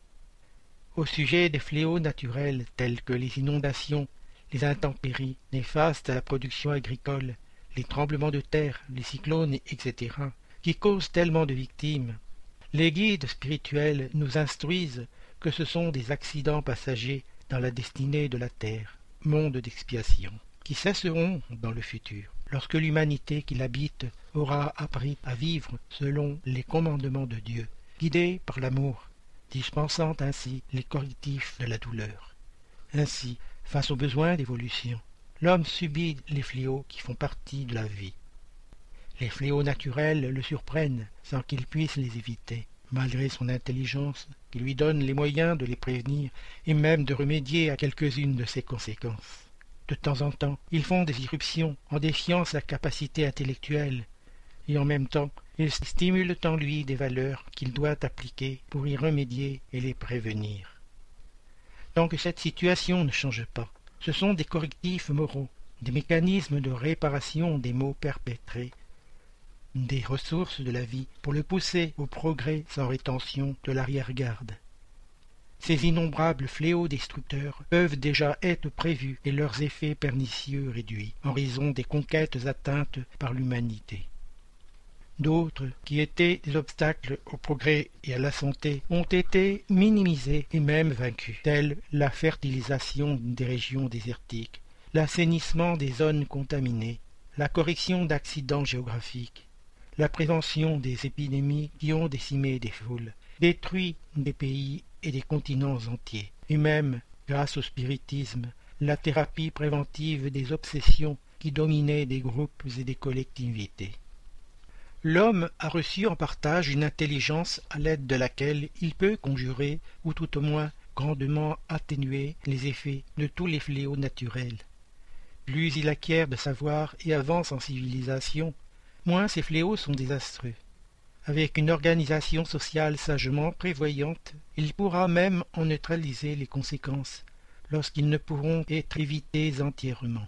Au sujet des fléaux naturels tels que les inondations, les intempéries néfastes à la production agricole, les tremblements de terre, les cyclones, et cetera, qui causent tellement de victimes, les guides spirituels nous instruisent que ce sont des accidents passagers dans la destinée de la terre, monde d'expiation, qui cesseront dans le futur. lorsque l'humanité qui l'habite aura appris à vivre selon les commandements de Dieu, guidée par l'amour, dispensant ainsi les correctifs de la douleur. Ainsi, face aux besoins d'évolution, l'homme subit les fléaux qui font partie de la vie. Les fléaux naturels le surprennent sans qu'il puisse les éviter, malgré son intelligence qui lui donne les moyens de les prévenir et même de remédier à quelques-unes de ses conséquences. De temps en temps, ils font des irruptions en défiant sa capacité intellectuelle, et en même temps, ils stimulent en lui des valeurs qu'il doit appliquer pour y remédier et les prévenir. Tant que cette situation ne change pas, ce sont des correctifs moraux, des mécanismes de réparation des maux perpétrés, des ressources de la vie pour le pousser au progrès sans rétention de l'arrière-garde. Ces innombrables fléaux destructeurs peuvent déjà être prévus et leurs effets pernicieux réduits en raison des conquêtes atteintes par l'humanité. D'autres, qui étaient des obstacles au progrès et à la santé, ont été minimisés et même vaincus, tels la fertilisation des régions désertiques, l'assainissement des zones contaminées, la correction d'accidents géographiques, la prévention des épidémies qui ont décimé des foules, détruit des pays et des continents entiers, et même, grâce au spiritisme, la thérapie préventive des obsessions qui dominaient des groupes et des collectivités. L'homme a reçu en partage une intelligence à l'aide de laquelle il peut conjurer, ou tout au moins grandement atténuer, les effets de tous les fléaux naturels. Plus il acquiert de savoir et avance en civilisation, moins ces fléaux sont désastreux. Avec une organisation sociale sagement prévoyante, il pourra même en neutraliser les conséquences, lorsqu'ils ne pourront être évités entièrement.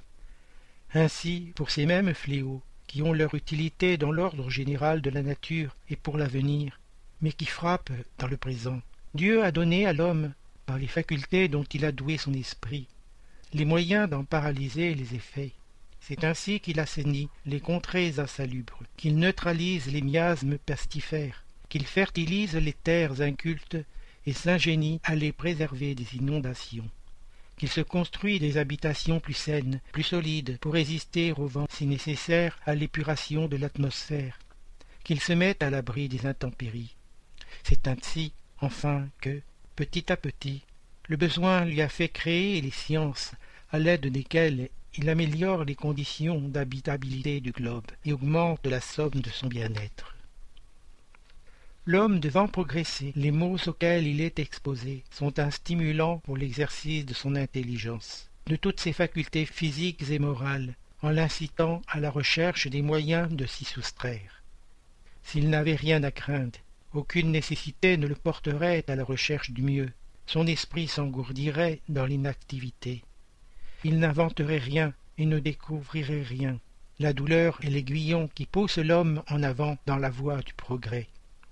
Ainsi, pour ces mêmes fléaux, qui ont leur utilité dans l'ordre général de la nature et pour l'avenir, mais qui frappent dans le présent, Dieu a donné à l'homme, par les facultés dont il a doué son esprit, les moyens d'en paralyser les effets. C'est ainsi qu'il assainit les contrées insalubres, qu'il neutralise les miasmes pestifères, qu'il fertilise les terres incultes et s'ingénie à les préserver des inondations, qu'il se construit des habitations plus saines, plus solides, pour résister au vent si nécessaire à l'épuration de l'atmosphère, qu'il se mette à l'abri des intempéries. C'est ainsi, enfin, que, petit à petit, le besoin lui a fait créer les sciences à l'aide desquelles il améliore les conditions d'habitabilité du globe et augmente la somme de son bien-être. L'homme devant progresser, les maux auxquels il est exposé sont un stimulant pour l'exercice de son intelligence, de toutes ses facultés physiques et morales, en l'incitant à la recherche des moyens de s'y soustraire. S'il n'avait rien à craindre, aucune nécessité ne le porterait à la recherche du mieux, son esprit s'engourdirait dans l'inactivité. Il n'inventerait rien et ne découvrirait rien. La douleur est l'aiguillon qui pousse l'homme en avant dans la voie du progrès.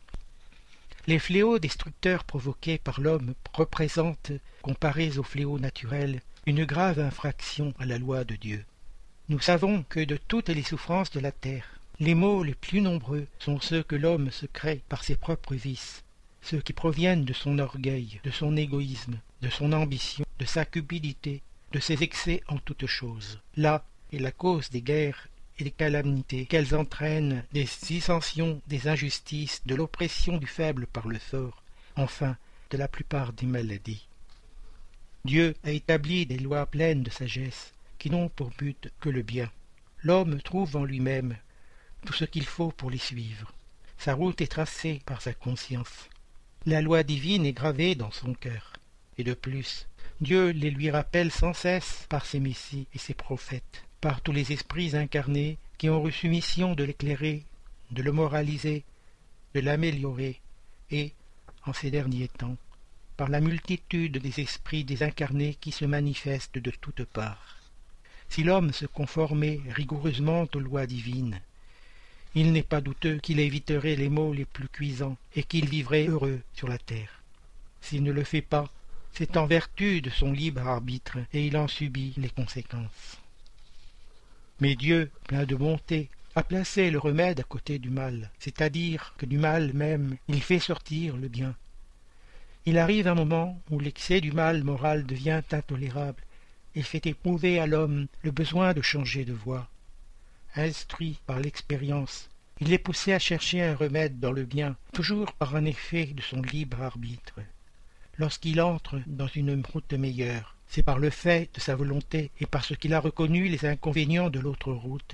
Les fléaux destructeurs provoqués par l'homme représentent, comparés aux fléaux naturels, une grave infraction à la loi de Dieu. Nous savons que de toutes les souffrances de la terre, les maux les plus nombreux sont ceux que l'homme se crée par ses propres vices, ceux qui proviennent de son orgueil, de son égoïsme, de son ambition, de sa cupidité, de ses excès en toutes choses. Là est la cause des guerres et des calamités qu'elles entraînent, des dissensions, des injustices, de l'oppression du faible par le fort, enfin de la plupart des maladies. Dieu a établi des lois pleines de sagesse qui n'ont pour but que le bien. L'homme trouve en lui-même tout ce qu'il faut pour les suivre. Sa route est tracée par sa conscience. La loi divine est gravée dans son cœur. Et de plus, Dieu les lui rappelle sans cesse par ses messies et ses prophètes, par tous les esprits incarnés qui ont reçu mission de l'éclairer, de le moraliser, de l'améliorer, et, en ces derniers temps, par la multitude des esprits désincarnés qui se manifestent de toutes parts. Si l'homme se conformait rigoureusement aux lois divines, il n'est pas douteux qu'il éviterait les maux les plus cuisants et qu'il vivrait heureux sur la terre. S'il ne le fait pas, c'est en vertu de son libre arbitre, et il en subit les conséquences. Mais Dieu, plein de bonté, a placé le remède à côté du mal, c'est-à-dire que du mal même, il fait sortir le bien. Il arrive un moment où l'excès du mal moral devient intolérable, et fait éprouver à l'homme le besoin de changer de voie. instruit par l'expérience, il est poussé à chercher un remède dans le bien, toujours par un effet de son libre arbitre. Lorsqu'il entre dans une route meilleure, c'est par le fait de sa volonté et parce qu'il a reconnu les inconvénients de l'autre route.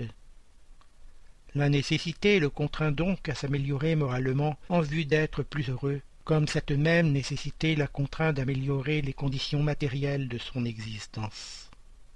La nécessité le contraint donc à s'améliorer moralement en vue d'être plus heureux, comme cette même nécessité l'a contraint d'améliorer les conditions matérielles de son existence.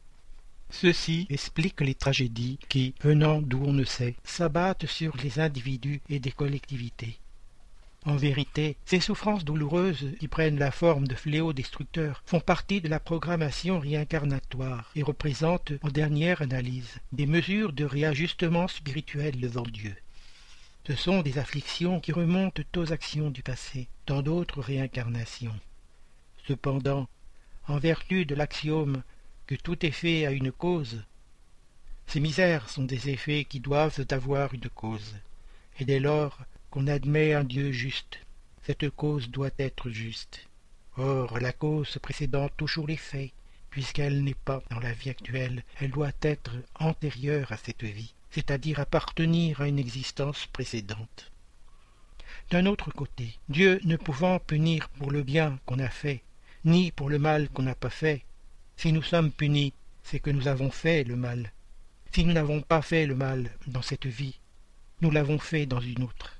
Ceci explique les tragédies qui, venant d'où on ne sait, s'abattent sur les individus et des collectivités. En vérité, ces souffrances douloureuses qui prennent la forme de fléaux destructeurs font partie de la programmation réincarnatoire et représentent, en dernière analyse, des mesures de réajustement spirituel devant Dieu. Ce sont des afflictions qui remontent aux actions du passé, dans d'autres réincarnations. Cependant, en vertu de l'axiome que tout effet a une cause, ces misères sont des effets qui doivent avoir une cause, et dès lors qu'on admet un Dieu juste, cette cause doit être juste. Or, la cause précédant toujours les faits, puisqu'elle n'est pas dans la vie actuelle, elle doit être antérieure à cette vie, c'est-à-dire appartenir à une existence précédente. D'un autre côté, Dieu ne pouvant punir pour le bien qu'on a fait, ni pour le mal qu'on n'a pas fait, si nous sommes punis, c'est que nous avons fait le mal. Si nous n'avons pas fait le mal dans cette vie, nous l'avons fait dans une autre.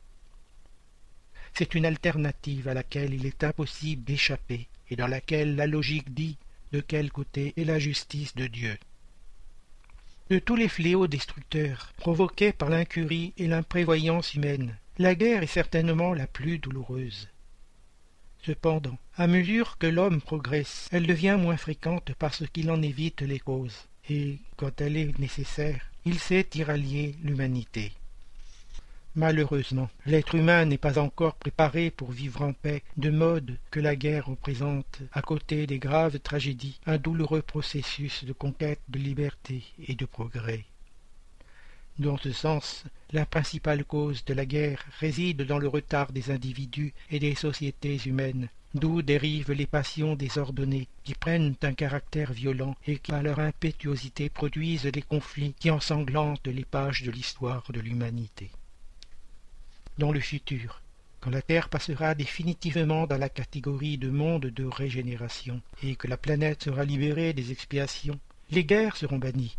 C'est une alternative à laquelle il est impossible d'échapper et dans laquelle la logique dit de quel côté est la justice de Dieu. De tous les fléaux destructeurs provoqués par l'incurie et l'imprévoyance humaine, la guerre est certainement la plus douloureuse. Cependant, à mesure que l'homme progresse, elle devient moins fréquente parce qu'il en évite les causes, et, quand elle est nécessaire, il sait y rallier l'humanité. Malheureusement, l'être humain n'est pas encore préparé pour vivre en paix, de mode que la guerre représente, à côté des graves tragédies, un douloureux processus de conquête de liberté et de progrès. Dans ce sens, la principale cause de la guerre réside dans le retard des individus et des sociétés humaines, d'où dérivent les passions désordonnées qui prennent un caractère violent et qui, à leur impétuosité, produisent des conflits qui ensanglantent les pages de l'histoire de l'humanité. Dans le futur, quand la Terre passera définitivement dans la catégorie de monde de régénération et que la planète sera libérée des expiations, les guerres seront bannies.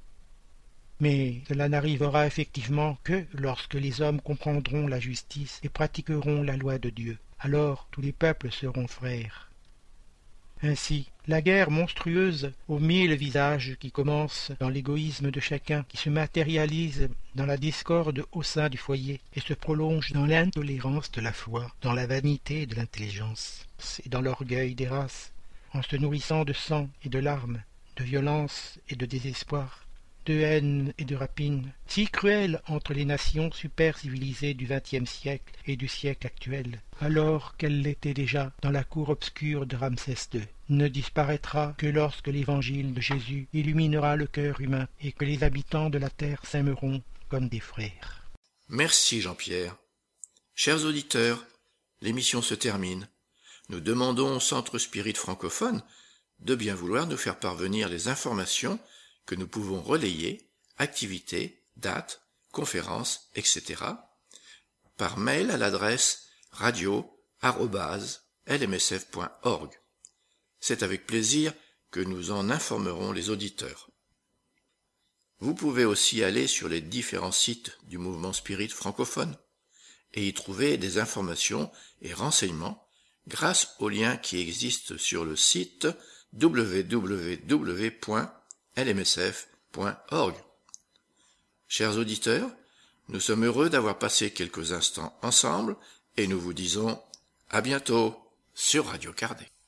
Mais cela n'arrivera effectivement que lorsque les hommes comprendront la justice et pratiqueront la loi de Dieu. Alors tous les peuples seront frères. Ainsi, la guerre monstrueuse aux mille visages qui commence dans l'égoïsme de chacun, qui se matérialise dans la discorde au sein du foyer et se prolonge dans l'intolérance de la foi, dans la vanité de l'intelligence et dans l'orgueil des races, en se nourrissant de sang et de larmes, de violence et de désespoir, de haine et de rapine, si cruelle entre les nations super-civilisées du vingtième siècle et du siècle actuel, alors qu'elle l'était déjà dans la cour obscure de Ramsès deux, ne disparaîtra que lorsque l'évangile de Jésus illuminera le cœur humain et que les habitants de la terre s'aimeront comme des frères. Merci Jean-Pierre. Chers auditeurs, l'émission se termine. Nous demandons au Centre Spirit francophone de bien vouloir nous faire parvenir les informations que nous pouvons relayer, activités, dates, conférences, et cetera, par mail à l'adresse radio arobase l m s f point org. C'est avec plaisir que nous en informerons les auditeurs. Vous pouvez aussi aller sur les différents sites du mouvement Spirit francophone et y trouver des informations et renseignements grâce aux liens qui existent sur le site w w w point l m s f point org. Chers auditeurs, nous sommes heureux d'avoir passé quelques instants ensemble et nous vous disons à bientôt sur Radio Kardec.